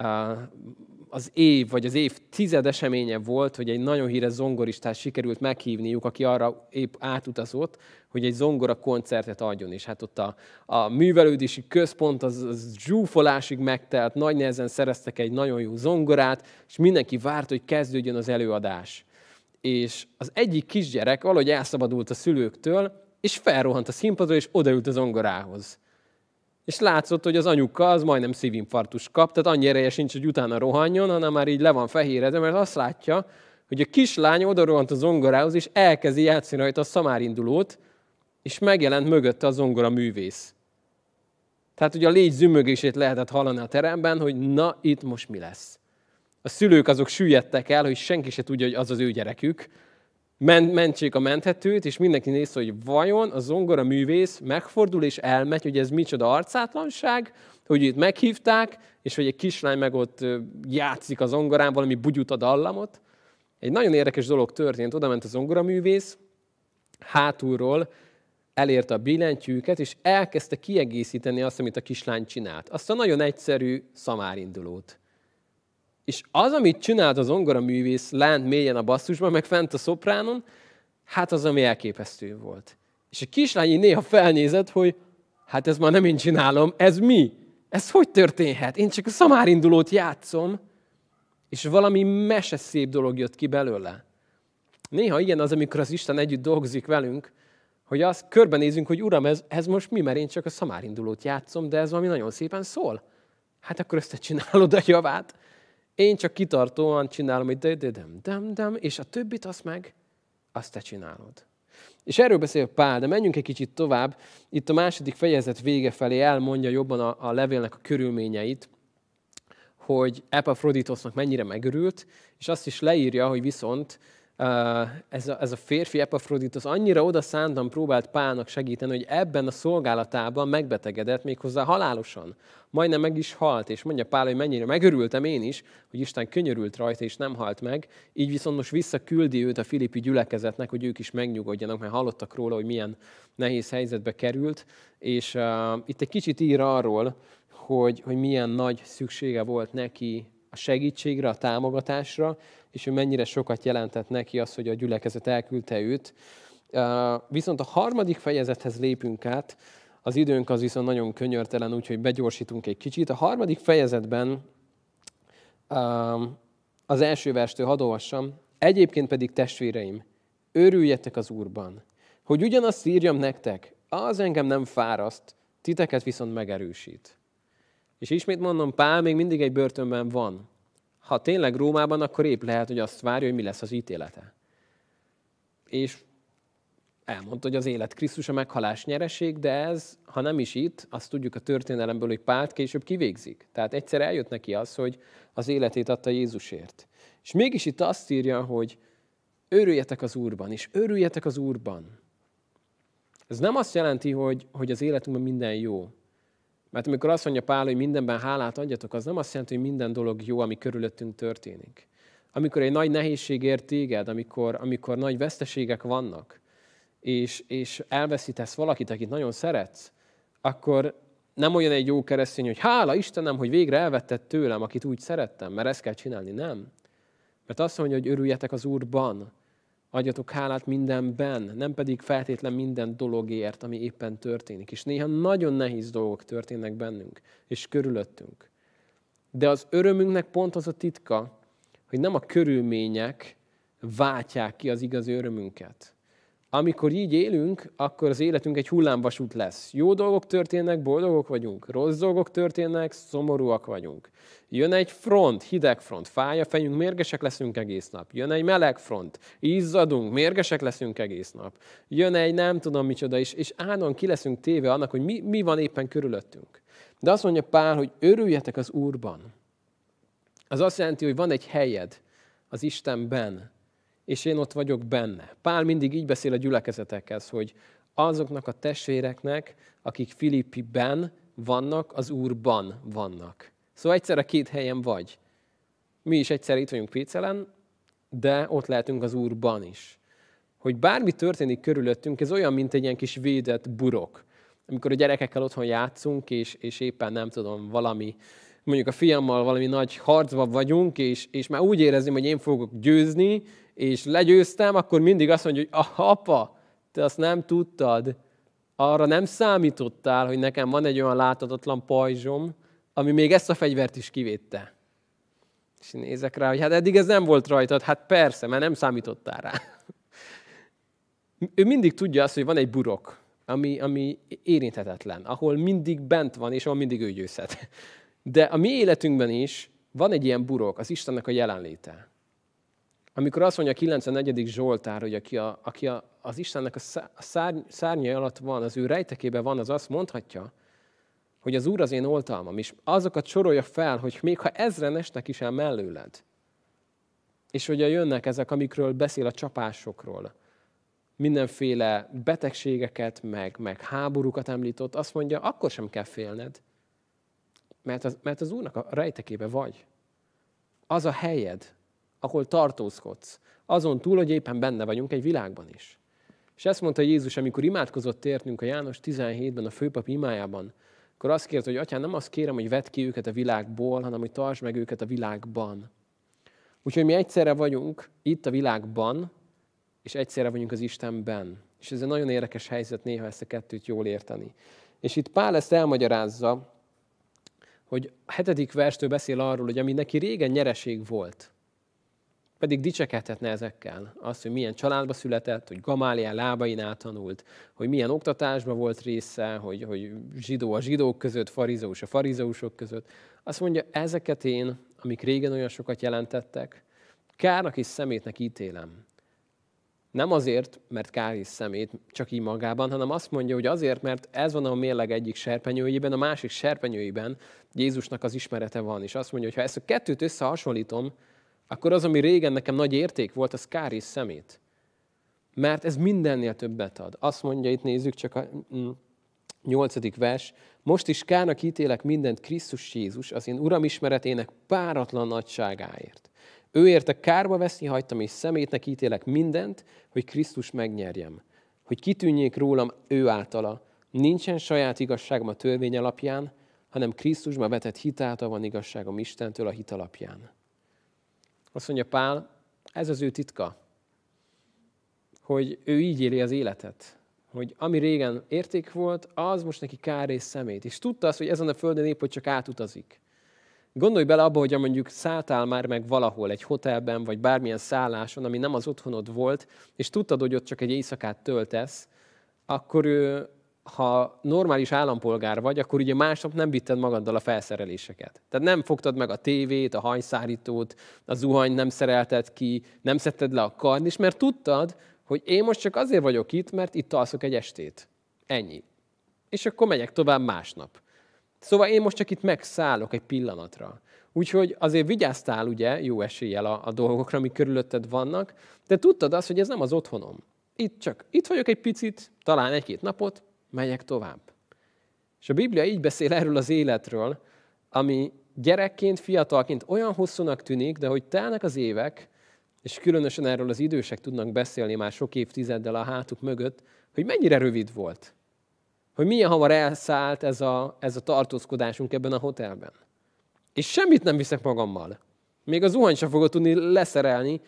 az év, vagy az évtized eseménye volt, hogy egy nagyon híres zongoristát sikerült meghívniuk, aki arra épp átutazott, hogy egy zongora koncertet adjon. És hát ott a művelődési központ az zsúfolásig megtelt, nagy nehezen szereztek egy nagyon jó zongorát, és mindenki várt, hogy kezdődjön az előadás. És az egyik kisgyerek valahogy elszabadult a szülőktől, és felrohant a színpadra, és odaült a zongorához. És látszott, hogy az anyuka az majdnem szívinfarktust kap, tehát annyi ereje sincs, hogy utána rohanjon, hanem már így le van fehéredve, mert azt látja, hogy a kislány odarohant a zongorához, és elkezdi játszani rajta a szamárindulót, és megjelent mögötte a zongora művész. Tehát ugye a légy zümögését lehetett hallani a teremben, hogy na, itt most mi lesz. A szülők azok süllyedtek el, hogy senki se tudja, hogy az az ő gyerekük. Mentsék a menthetőt, és mindenki nézte, hogy vajon a zongora művész megfordul és elmegy, hogy ez micsoda arcátlanság, hogy itt meghívták, és hogy egy kislány meg ott játszik a zongorán, valami bugyuta dallamot. Egy nagyon érdekes dolog történt, oda ment a zongoraművész, hátulról elérte a billentyűket, és elkezdte kiegészíteni azt, amit a kislány csinált. Azt a nagyon egyszerű szamárindulót. És az, amit csinált az zongoraművész lent mélyen a basszusban, meg fent a szopránon, hát az, ami elképesztő volt. És a kislány néha felnézett, hogy hát ez már nem én csinálom, ez mi? Ez hogy történhet? Én csak a szamárindulót játszom, és valami meseszép dolog jött ki belőle. Néha ilyen az, amikor az Isten együtt dolgozik velünk, hogy azt körbenézünk, hogy Uram, ez most mi, mert én csak a szamárindulót játszom, de ez valami nagyon szépen szól. Hát akkor ezt te csinálod a javát. Én csak kitartóan csinálom, hogy de, és a többit azt te csinálod. És erről beszél Pál, de menjünk egy kicsit tovább. Itt a második fejezet vége felé elmondja jobban a levélnek a körülményeit, hogy Epafroditosnak mennyire megörült, és azt is leírja, hogy viszont ez a férfi Epafroditos annyira odaszántan próbált Pálnak segíteni, hogy ebben a szolgálatában megbetegedett, méghozzá halálosan. Majdnem meg is halt, és mondja Pál, hogy mennyire megörültem én is, hogy Isten könyörült rajta, és nem halt meg. Így viszont most visszaküldi őt a filippi gyülekezetnek, hogy ők is megnyugodjanak, mert hallottak róla, hogy milyen nehéz helyzetbe került. És itt egy kicsit ír arról, hogy milyen nagy szüksége volt neki a segítségre, a támogatásra, és hogy mennyire sokat jelentett neki az, hogy a gyülekezet elküldte őt. Viszont a harmadik fejezethez lépünk át, az időnk az viszont nagyon könyörtelen, úgyhogy begyorsítunk egy kicsit. A harmadik fejezetben az első verstől hadd olvassam. Egyébként pedig testvéreim, örüljetek az Úrban, hogy ugyanazt írjam nektek, az engem nem fáraszt, titeket viszont megerősít. És ismét mondom, Pál még mindig egy börtönben van. Ha tényleg Rómában, akkor épp lehet, hogy azt várja, hogy mi lesz az ítélete. És elmondta, hogy az élet Krisztus, a meghalás nyereség, de ez, ha nem is itt, azt tudjuk a történelemből, hogy Pált később kivégzik. Tehát egyszer eljött neki az, hogy az életét adta Jézusért. És mégis itt azt írja, hogy örüljetek az Úrban, és örüljetek az Úrban. Ez nem azt jelenti, hogy az életünkben minden jó. Mert amikor azt mondja Pál, hogy mindenben hálát adjatok, az nem azt jelenti, hogy minden dolog jó, ami körülöttünk történik. Amikor egy nagy nehézség ér téged, amikor nagy veszteségek vannak, és elveszítesz valakit, akit nagyon szeretsz, akkor nem olyan egy jó keresztény, hogy hála Istenem, hogy végre elvetted tőlem, akit úgy szerettem, mert ezt kell csinálni. Nem. Mert azt mondja, hogy örüljetek az Úrban. Adjatok hálát mindenben, nem pedig feltétlen minden dologért, ami éppen történik. És néha nagyon nehéz dolgok történnek bennünk, és körülöttünk. De az örömünknek pont az a titka, hogy nem a körülmények váltják ki az igazi örömünket. Amikor így élünk, akkor az életünk egy hullámvasút lesz. Jó dolgok történnek, boldogok vagyunk. Rossz dolgok történnek, szomorúak vagyunk. Jön egy front, hideg front, fáj a fejünk, mérgesek leszünk egész nap. Jön egy meleg front, izzadunk, mérgesek leszünk egész nap. Jön egy nem tudom micsoda, és állandóan ki leszünk téve annak, hogy mi van éppen körülöttünk. De azt mondja Pál, hogy örüljetek az Úrban. Az azt jelenti, hogy van egy helyed az Istenben, és én ott vagyok benne. Pál mindig így beszél a gyülekezetekhez, hogy azoknak a testvéreknek, akik Filippiben vannak, az Úrban vannak. Szóval egyszerre két helyen vagy. Mi is egyszerre itt vagyunk Pécelen, de ott lehetünk az Úrban is. Hogy bármi történik körülöttünk, ez olyan, mint egy ilyen kis védett burok. Amikor a gyerekekkel otthon játszunk, és éppen nem tudom, mondjuk a fiammal valami nagy harcban vagyunk, és már úgy érezném, hogy én fogok győzni, és legyőztem, akkor mindig azt mondja, hogy apa, te azt nem tudtad, arra nem számítottál, hogy nekem van egy olyan láthatatlan pajzsom, ami még ezt a fegyvert is kivédte. És én nézek rá, hogy hát eddig ez nem volt rajtad, hát persze, mert nem számítottál rá. Ő mindig tudja azt, hogy van egy burok, ami érinthetetlen, ahol mindig bent van, és ahol mindig ő győzhet. De a mi életünkben is van egy ilyen burok, az Istennek a jelenléte. Amikor azt mondja a 94. Zsoltár, hogy aki az Istennek a szárnyai alatt van, az ő rejtekében van, az azt mondhatja, hogy az Úr az én oltalmam, és azokat sorolja fel, hogy még ha ezren esnek is el mellőled, és hogy jönnek ezek, amikről beszél a csapásokról, mindenféle betegségeket, meg háborúkat említott, azt mondja, akkor sem kell félned, mert az Úrnak a rejtekében vagy. Az a helyed, ahol tartózkodsz, azon túl, hogy éppen benne vagyunk egy világban is. És ezt mondta Jézus, amikor imádkozott értünk a János 17-ben, a főpap imájában, akkor azt kérte, hogy atyám, nem azt kérem, hogy vedd ki őket a világból, hanem hogy tartsd meg őket a világban. Úgyhogy mi egyszerre vagyunk itt a világban, és egyszerre vagyunk az Istenben. És ez egy nagyon érdekes helyzet néha ezt a kettőt jól érteni. És itt Pál ezt elmagyarázza, hogy a 7. verstől beszél arról, hogy ami neki régen nyereség volt, pedig dicsekedhetne ezekkel. Azt, hogy milyen családba született, hogy Gamáliel lábain tanult, hogy milyen oktatásban volt része, hogy zsidó a zsidók között, farizeus a farizeusok között. Azt mondja, ezeket én, amik régen olyan sokat jelentettek, kárnak és szemétnek ítélem. Nem azért, mert kár és szemét csak így magában, hanem azt mondja, hogy azért, mert ez van a mérleg egyik serpenyőjében, a másik serpenyőjében Jézusnak az ismerete van. És azt mondja, hogy ha ezt a kettőt összehasonlítom, akkor az, ami régen nekem nagy érték volt, az kár és szemét. Mert ez mindennél többet ad. Azt mondja, itt nézzük csak a 8. vers. Most is kárnak ítélek mindent Krisztus Jézus, az én Uram ismeretének páratlan nagyságáért. Ő érte kárba veszni hagytam, és szemétnek ítélek mindent, hogy Krisztus megnyerjem. Hogy kitűnjék rólam ő általa. Nincsen saját igazságom a törvény alapján, hanem Krisztusba vetett hitáltal van igazságom Istentől a hit alapján. Azt mondja Pál, ez az ő titka, hogy ő így éli az életet. Hogy ami régen érték volt, az most neki kár és szemét. És tudta azt, hogy ezen a földön épp, hogy csak átutazik. Gondolj bele abba, hogy mondjuk szálltál már meg valahol, egy hotelben, vagy bármilyen szálláson, ami nem az otthonod volt, és tudtad, hogy ott csak egy éjszakát töltesz, akkor ha normális állampolgár vagy, akkor ugye másnap nem vitted magaddal a felszereléseket. Tehát nem fogtad meg a tévét, a hajszárítót, a zuhanyt nem szerelted ki, nem szedted le a karnis, mert tudtad, hogy én most csak azért vagyok itt, mert itt alszok egy estét. Ennyi. És akkor megyek tovább másnap. Szóval én most csak itt megszállok egy pillanatra. Úgyhogy azért vigyáztál ugye jó eséllyel a dolgokra, amik körülötted vannak, de tudtad azt, hogy ez nem az otthonom. Itt vagyok egy picit, talán egy-két napot, megyek tovább. És a Biblia így beszél erről az életről, ami gyerekként, fiatalként olyan hosszúnak tűnik, de hogy telnek az évek, és különösen erről az idősek tudnak beszélni már sok évtizeddel a hátuk mögött, hogy mennyire rövid volt. Hogy milyen hamar elszállt ez a tartózkodásunk ebben a hotelben. És semmit nem viszek magammal. Még a zuhanyt sem fogod tudni leszerelni,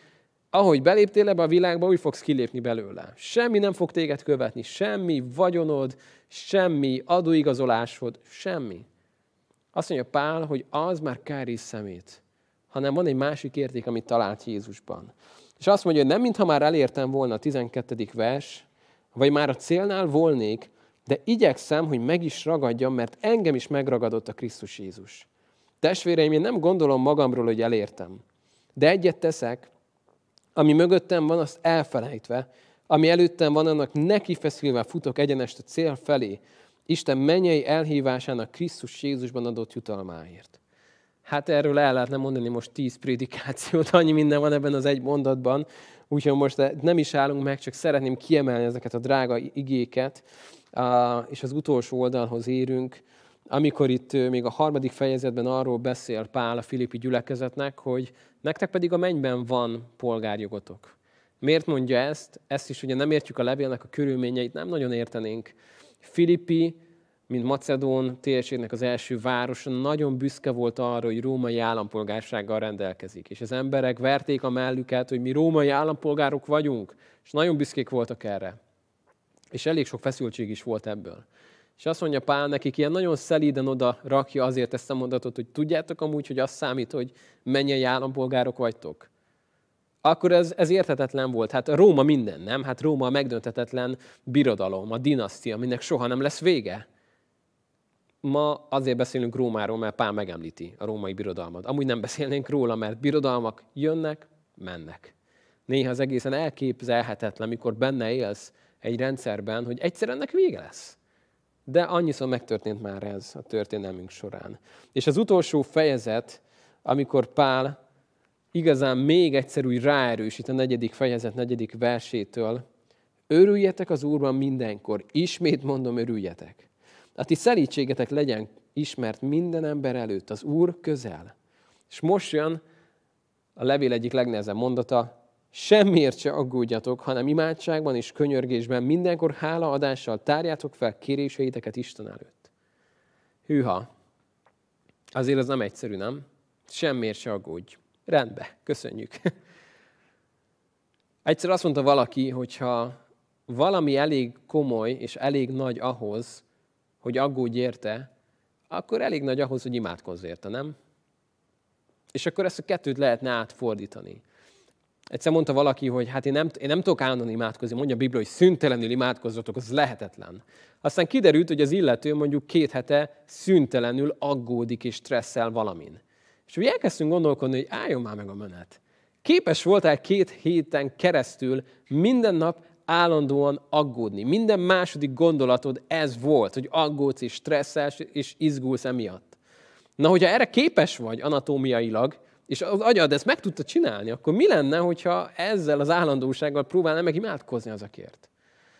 Ahogy beléptél ebbe a világba, úgy fogsz kilépni belőle. Semmi nem fog téged követni, semmi vagyonod, semmi adóigazolásod, semmi. Azt mondja Pál, hogy az már kár és szemét, hanem van egy másik érték, amit talált Jézusban. És azt mondja, hogy nem mintha már elértem volna a 12. vers, vagy már a célnál volnék, de igyekszem, hogy meg is ragadjam, mert engem is megragadott a Krisztus Jézus. Testvéreim, én nem gondolom magamról, hogy elértem, de egyet teszek, ami mögöttem van, azt elfelejtve, ami előttem van, annak nekifeszülve futok egyenest a cél felé, Isten mennyei elhívásának Krisztus Jézusban adott jutalmáért. Hát erről el lehetne mondani most 10 prédikációt, annyi minden van ebben az egy mondatban, úgyhogy most nem is állunk meg, csak szeretném kiemelni ezeket a drága igéket, és az utolsó oldalhoz érünk, amikor itt még a 3. fejezetben arról beszél Pál a filippi gyülekezetnek, hogy nektek pedig a mennyben van polgárjogotok. Miért mondja ezt? Ezt is ugye nem értjük a levélnek a körülményeit, nem nagyon értenénk. Filippi, mint Macedón térségnek az első városa, nagyon büszke volt arra, hogy római állampolgársággal rendelkezik. És az emberek verték a mellüket, hogy mi római állampolgárok vagyunk, és nagyon büszkék voltak erre. És elég sok feszültség is volt ebből. És azt mondja Pál nekik, ilyen nagyon szelíden oda rakja azért ezt a mondatot, hogy tudjátok amúgy, hogy az számít, hogy mennyei állampolgárok vagytok. Akkor ez érthetetlen volt. Hát Róma minden, nem? Hát Róma a megdönthetetlen birodalom, a dinasztia, aminek soha nem lesz vége. Ma azért beszélünk Rómáról, mert Pál megemlíti a római birodalmat. Amúgy nem beszélnénk róla, mert birodalmak jönnek, mennek. Néha az egészen elképzelhetetlen, mikor benne élsz egy rendszerben, hogy egyszer ennek vége lesz. De annyiszor megtörtént már ez a történelmünk során. És az utolsó fejezet, amikor Pál igazán még egyszer úgy ráerősít a 4. fejezet 4. versétől, örüljetek az Úrban mindenkor, ismét mondom, örüljetek. A ti szelídségetek legyen ismert minden ember előtt, az Úr közel. És most jön a levél egyik legnehezebb mondata, semmiért se aggódjatok, hanem imádságban és könyörgésben mindenkor hálaadással tárjátok fel kéréseiteket Isten előtt. Hűha, azért az nem egyszerű, nem? Semmiért se aggódj. Rendben, köszönjük. Egyszer azt mondta valaki, hogyha valami elég komoly és elég nagy ahhoz, hogy aggódj érte, akkor elég nagy ahhoz, hogy imádkozz érte, nem? És akkor ezt a kettőt lehetne átfordítani. Egyszer mondta valaki, hogy hát én nem tudok állandóan imádkozni, mondja a Biblia, hogy szüntelenül imádkozzatok, az lehetetlen. Aztán kiderült, hogy az illető mondjuk 2 hete szüntelenül aggódik és stresszel valamin. És úgy elkezdtünk gondolkodni, hogy álljon már meg a menet. Képes voltál 2 héten keresztül minden nap állandóan aggódni. Minden második gondolatod ez volt, hogy aggódsz és stresszelsz és izgulsz emiatt. Na, hogyha erre képes vagy anatómiailag, és az agyad ezt meg tudta csinálni, akkor mi lenne, hogyha ezzel az állandósággal próbálnál meg imádkozni azokért?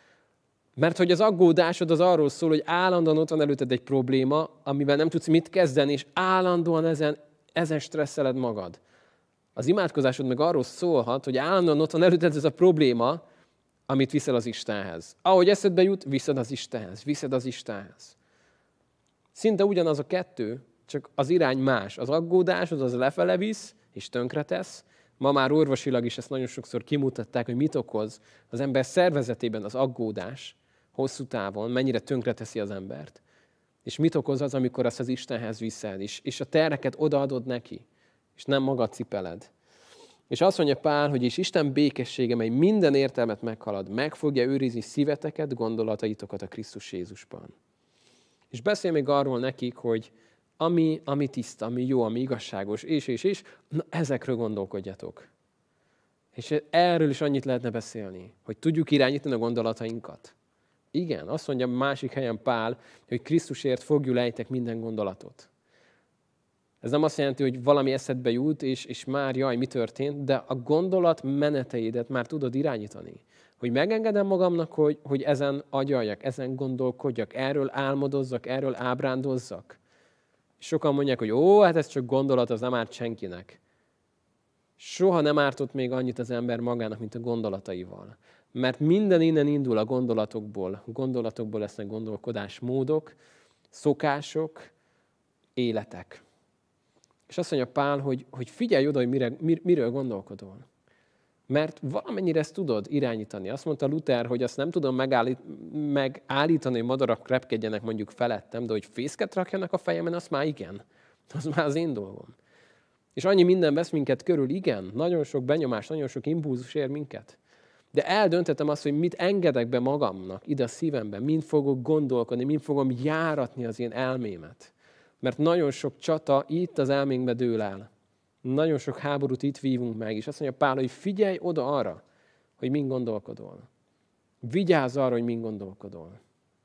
Mert hogy az aggódásod az arról szól, hogy állandóan ott van előtted egy probléma, amivel nem tudsz mit kezdeni, és állandóan ezen stresszeled magad. Az imádkozásod meg arról szólhat, hogy állandóan ott van előtted ez a probléma, amit viszel az Istenhez. Ahogy eszedbe jut, viszed az Istenhez. Szinte ugyanaz a kettő, csak az irány más. Az aggódásod az lefele visz, és tönkretesz. Ma már orvosilag is ezt nagyon sokszor kimutatták, hogy mit okoz az ember szervezetében az aggódás hosszú távon, mennyire tönkreteszi az embert. És mit okoz az, amikor azt az Istenhez viszed, és a terheket odaadod neki, és nem magad cipeled. És azt mondja Pál, hogy és Isten békessége, mely minden értelmet meghalad, meg fogja őrizni szíveteket, gondolataitokat a Krisztus Jézusban. És beszél még arról nekik, hogy ami tiszta, ami jó, ami igazságos, és, na ezekről gondolkodjatok. És erről is annyit lehetne beszélni, hogy tudjuk irányítani a gondolatainkat. Igen, azt mondja másik helyen Pál, hogy Krisztusért fogjul-ejtek minden gondolatot. Ez nem azt jelenti, hogy valami eszedbe jut, és már jaj, mi történt, de a gondolat meneteidet már tudod irányítani. Hogy megengedem magamnak, hogy ezen agyaljak, ezen gondolkodjak, erről álmodozzak, erről ábrándozzak. Sokan mondják, hogy hát ez csak gondolat, az nem árt senkinek. Soha nem ártott még annyit az ember magának, mint a gondolataival. Mert minden innen indul a gondolatokból. A gondolatokból lesznek gondolkodásmódok, szokások, életek. És azt mondja Pál, hogy figyelj oda, hogy miről gondolkodol. Mert valamennyire ezt tudod irányítani. Azt mondta Luther, hogy azt nem tudom megállítani, hogy madarak repkedjenek mondjuk felettem, de hogy fészket rakjanak a fejemen, azt már igen. Az már az én dolgom. És annyi minden vesz minket körül, igen, nagyon sok benyomás, nagyon sok impulzus ér minket. De eldönthetem azt, hogy mit engedek be magamnak ide a szívembe, mind fogok gondolkodni, mind fogom járatni az én elmémet. Mert nagyon sok csata itt az elménkbe dől el. Nagyon sok háborút itt vívunk meg, és azt mondja Pál, hogy figyelj oda arra, hogy mind gondolkodol. Vigyázz arra, hogy mind gondolkodol.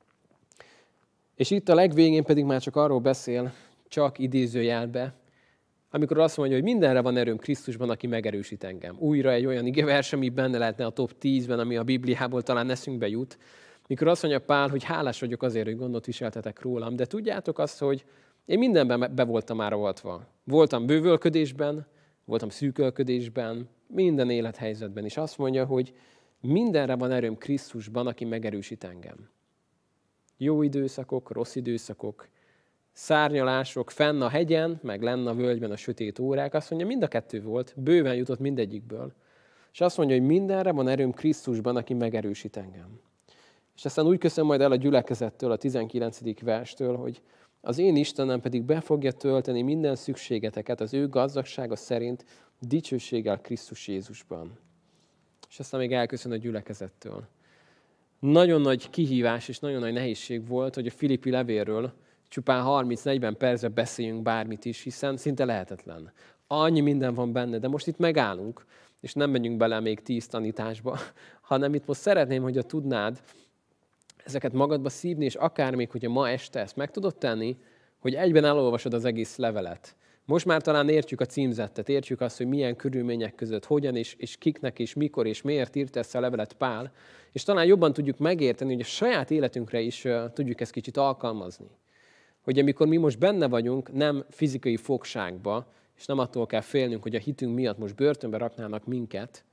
És itt a legvégén pedig már csak arról beszél, csak idézőjelbe, amikor azt mondja, hogy mindenre van erőm Krisztusban, aki megerősít engem. Újra egy olyan igevers, ami benne lehetne a top 10-ben, ami a Bibliából talán eszünkbe jut. Mikor azt mondja Pál, hogy hálás vagyok azért, hogy gondot viseltetek rólam, de tudjátok azt, hogy én mindenben be voltam már avatva. Voltam bővölködésben, voltam szűkölködésben, minden élethelyzetben. És azt mondja, hogy mindenre van erőm Krisztusban, aki megerősít engem. Jó időszakok, rossz időszakok, szárnyalások, fenn a hegyen, meg lenn a völgyben a sötét órák. Azt mondja, mind a kettő volt, bőven jutott mindegyikből. És azt mondja, hogy mindenre van erőm Krisztusban, aki megerősít engem. És aztán úgy köszön majd el a gyülekezettől, a 19. verstől, hogy az én Istenem pedig be fogja tölteni minden szükségeteket az ő gazdagsága szerint dicsőséggel Krisztus Jézusban. És aztán még elköszön a gyülekezettől. Nagyon nagy kihívás és nagyon nagy nehézség volt, hogy a Filippi levélről csupán 30-40 percben beszéljünk bármit is, hiszen szinte lehetetlen. Annyi minden van benne, de most itt megállunk, és nem megyünk bele még 10 tanításba, hanem itt most szeretném, hogyha tudnád ezeket magadba szívni, és akár még, hogyha ma este ezt meg tudod tenni, hogy egyben elolvasod az egész levelet. Most már talán értjük a címzettet, értjük azt, hogy milyen körülmények között, hogyan és kiknek és mikor és miért írt ezt a levelet Pál, és talán jobban tudjuk megérteni, hogy a saját életünkre is tudjuk ezt kicsit alkalmazni. Hogy amikor mi most benne vagyunk, nem fizikai fogságba, és nem attól kell félnünk, hogy a hitünk miatt most börtönbe raknának minket,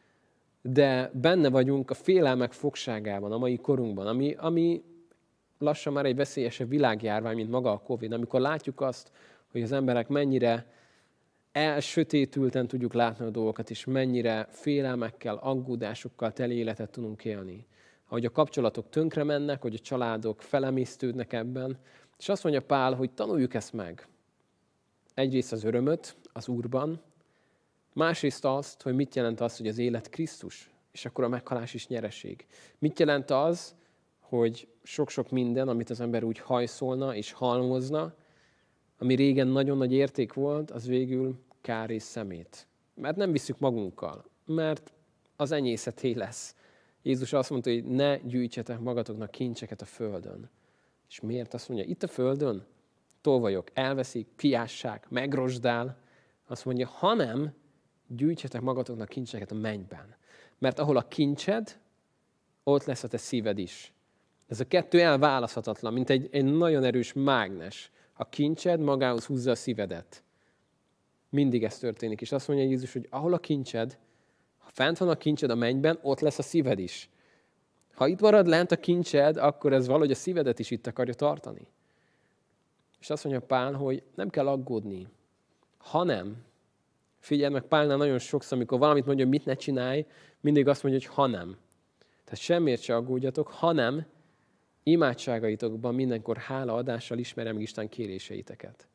de benne vagyunk a félelmek fogságában, a mai korunkban, ami lassan már egy veszélyesebb világjárvány, mint maga a Covid, amikor látjuk azt, hogy az emberek mennyire elsötétülten tudjuk látni a dolgokat, és mennyire félelmekkel, aggódásokkal teli életet tudunk élni. Ahogy a kapcsolatok tönkre mennek, hogy a családok felemésztődnek ebben, és azt mondja Pál, hogy tanuljuk ezt meg. Egyrészt az örömöt az Úrban, másrészt azt, hogy mit jelent az, hogy az élet Krisztus, és akkor a meghalás is nyereség. Mit jelent az, hogy sok-sok minden, amit az ember úgy hajszolna és halmozna, ami régen nagyon nagy érték volt, az végül kár és szemét. Mert nem visszük magunkkal, mert az enyészeté lesz. Jézus azt mondta, hogy ne gyűjtsetek magatoknak kincseket a földön. És miért azt mondja? Itt a földön tolvajok elveszik, piássák, megrosdál. Azt mondja, hanem gyűjtsetek magatoknak kincseket a mennyben. Mert ahol a kincsed, ott lesz a te szíved is. Ez a kettő elválaszthatatlan, mint egy nagyon erős mágnes. A kincsed magához húzza a szívedet. Mindig ez történik. És azt mondja Jézus, hogy ahol a kincsed, ha fent van a kincsed a mennyben, ott lesz a szíved is. Ha itt marad lent a kincsed, akkor ez valahogy a szívedet is itt akarja tartani. És azt mondja Pál, hogy nem kell aggódni, hanem, figyelj meg, Pálnál nagyon sokszor, amikor valamit mondja, hogy mit ne csinálj, mindig azt mondja, hogy hanem. Tehát semmiért se aggódjatok, hanem imádságaitokban mindenkor hálaadással ismerem meg Isten kéréseiteket.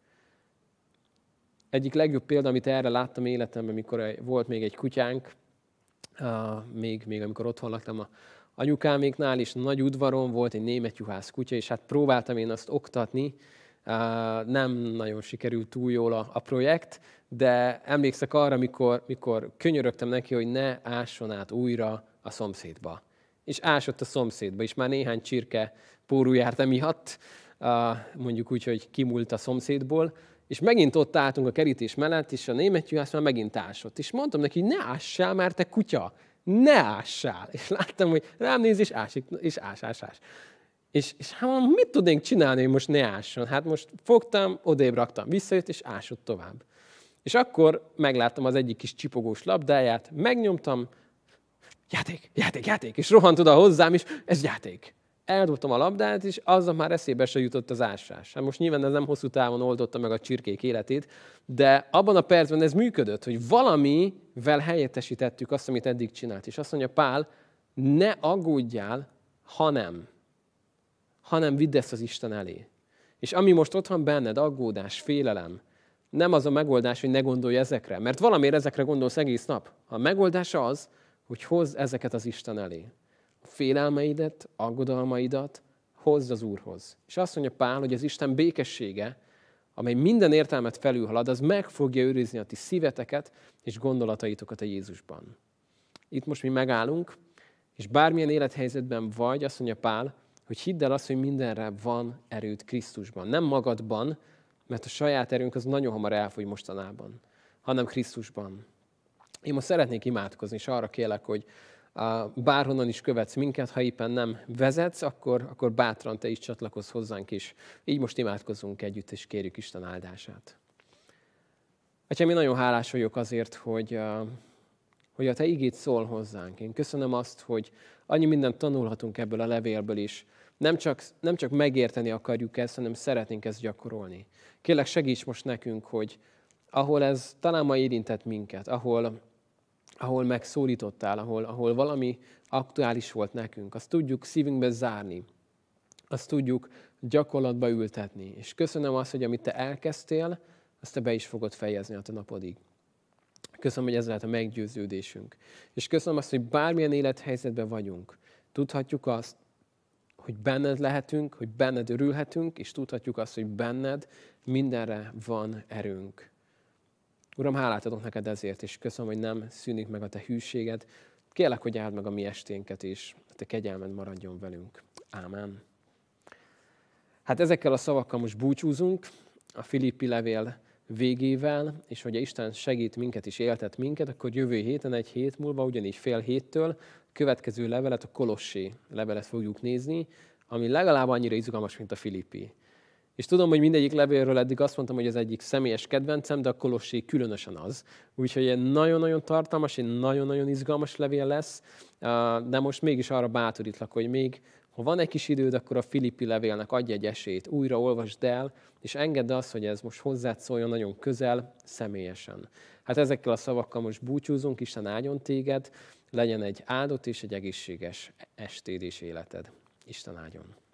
Egyik legjobb példa, amit erre láttam életemben, mikor volt még egy kutyánk, még amikor otthon laktam a anyukáméknál, és nagy udvaron volt egy német juhász kutya, és hát próbáltam én azt oktatni, nem nagyon sikerült túl jól a projekt, de emlékszek arra, mikor könyörögtem neki, hogy ne ásson át újra a szomszédba. És ásott a szomszédba, és már néhány csirke pórú járt emiatt, mondjuk úgy, hogy kimúlt a szomszédból, és megint ott álltunk a kerítés mellett, és a német juhász már megint ásott. És mondtam neki, ne ássál már, te kutya, ne ássál. És láttam, hogy rám néz, és ásik, és ás. És hát mit tudnénk csinálni, hogy most ne ásson? Hát most fogtam, odébb raktam, visszajött, és ásott tovább. És akkor megláttam az egyik kis csipogós labdáját, megnyomtam, játék, és rohant oda hozzám, és ez játék. eldobtam a labdát, és azzal már eszébe se jutott az ásás. Hát most nyilván ez nem hosszú távon oldotta meg a csirkék életét, de abban a percben ez működött, hogy valamivel helyettesítettük azt, amit eddig csinált. És azt mondja Pál, ne aggódjál, hanem vidd ezt az Isten elé. És ami most ott van benned, aggódás, félelem, nem az a megoldás, hogy ne gondolj ezekre, mert valamiért ezekre gondolsz egész nap. A megoldás az, hogy hozz ezeket az Isten elé. A félelmeidet, aggodalmaidat hozd az Úrhoz. És azt mondja Pál, hogy az Isten békessége, amely minden értelmet felülhalad, az meg fogja őrizni a ti szíveteket és gondolataitokat a Jézusban. Itt most mi megállunk, és bármilyen élethelyzetben vagy, azt mondja Pál, hogy hidd el azt, hogy mindenre van erőd Krisztusban. Nem magadban, mert a saját erőnk az nagyon hamar elfogy mostanában, hanem Krisztusban. Én most szeretnék imádkozni, és arra kérlek, hogy bárhonnan is követsz minket, ha éppen nem vezetsz, akkor bátran te is csatlakozz hozzánk is. Így most imádkozunk együtt, és kérjük Isten áldását. Atyám, én nagyon hálás vagyok azért, hogy a te igéd szól hozzánk. Én köszönöm azt, hogy annyi mindent tanulhatunk ebből a levélből is. Nem csak megérteni akarjuk ezt, hanem szeretnénk ezt gyakorolni. Kérlek, segíts most nekünk, hogy ahol ez talán ma érintett minket, ahol megszólítottál, ahol valami aktuális volt nekünk, azt tudjuk szívünkbe zárni, azt tudjuk gyakorlatba ültetni. És köszönöm azt, hogy amit te elkezdtél, azt te be is fogod fejezni a te napodig. Köszönöm, hogy ez lehet a meggyőződésünk. És köszönöm azt, hogy bármilyen élethelyzetben vagyunk, tudhatjuk azt, hogy benned lehetünk, hogy benned örülhetünk, és tudhatjuk azt, hogy benned mindenre van erőnk. Uram, hálát adok neked ezért, és köszönöm, hogy nem szűnik meg a te hűséged. Kérlek, hogy áld meg a mi esténket, és a te kegyelmed maradjon velünk. Ámen. Hát ezekkel a szavakkal most búcsúzunk a Filippi levél végével, és hogyha Isten segít minket és éltet minket, akkor jövő héten, egy hét múlva, ugyanígy fél héttől következő levelet, a Kolossé levelet fogjuk nézni, ami legalább annyira izgalmas, mint a Filippi. És tudom, hogy mindegyik levélről eddig azt mondtam, hogy az egyik személyes kedvencem, de a Kolossé különösen az. Úgyhogy egy nagyon-nagyon tartalmas, egy nagyon-nagyon izgalmas levél lesz, de most mégis arra bátorítlak, hogy még ha van egy kis időd, akkor a Filippi levélnek adj egy esélyt, újra olvasd el, és engedd azt, hogy ez most hozzád szóljon nagyon közel, személyesen. Hát ezekkel a szavakkal most búcsúzunk, Isten áldjon téged, legyen egy áldott és egy egészséges estéd és életed. Isten áldjon.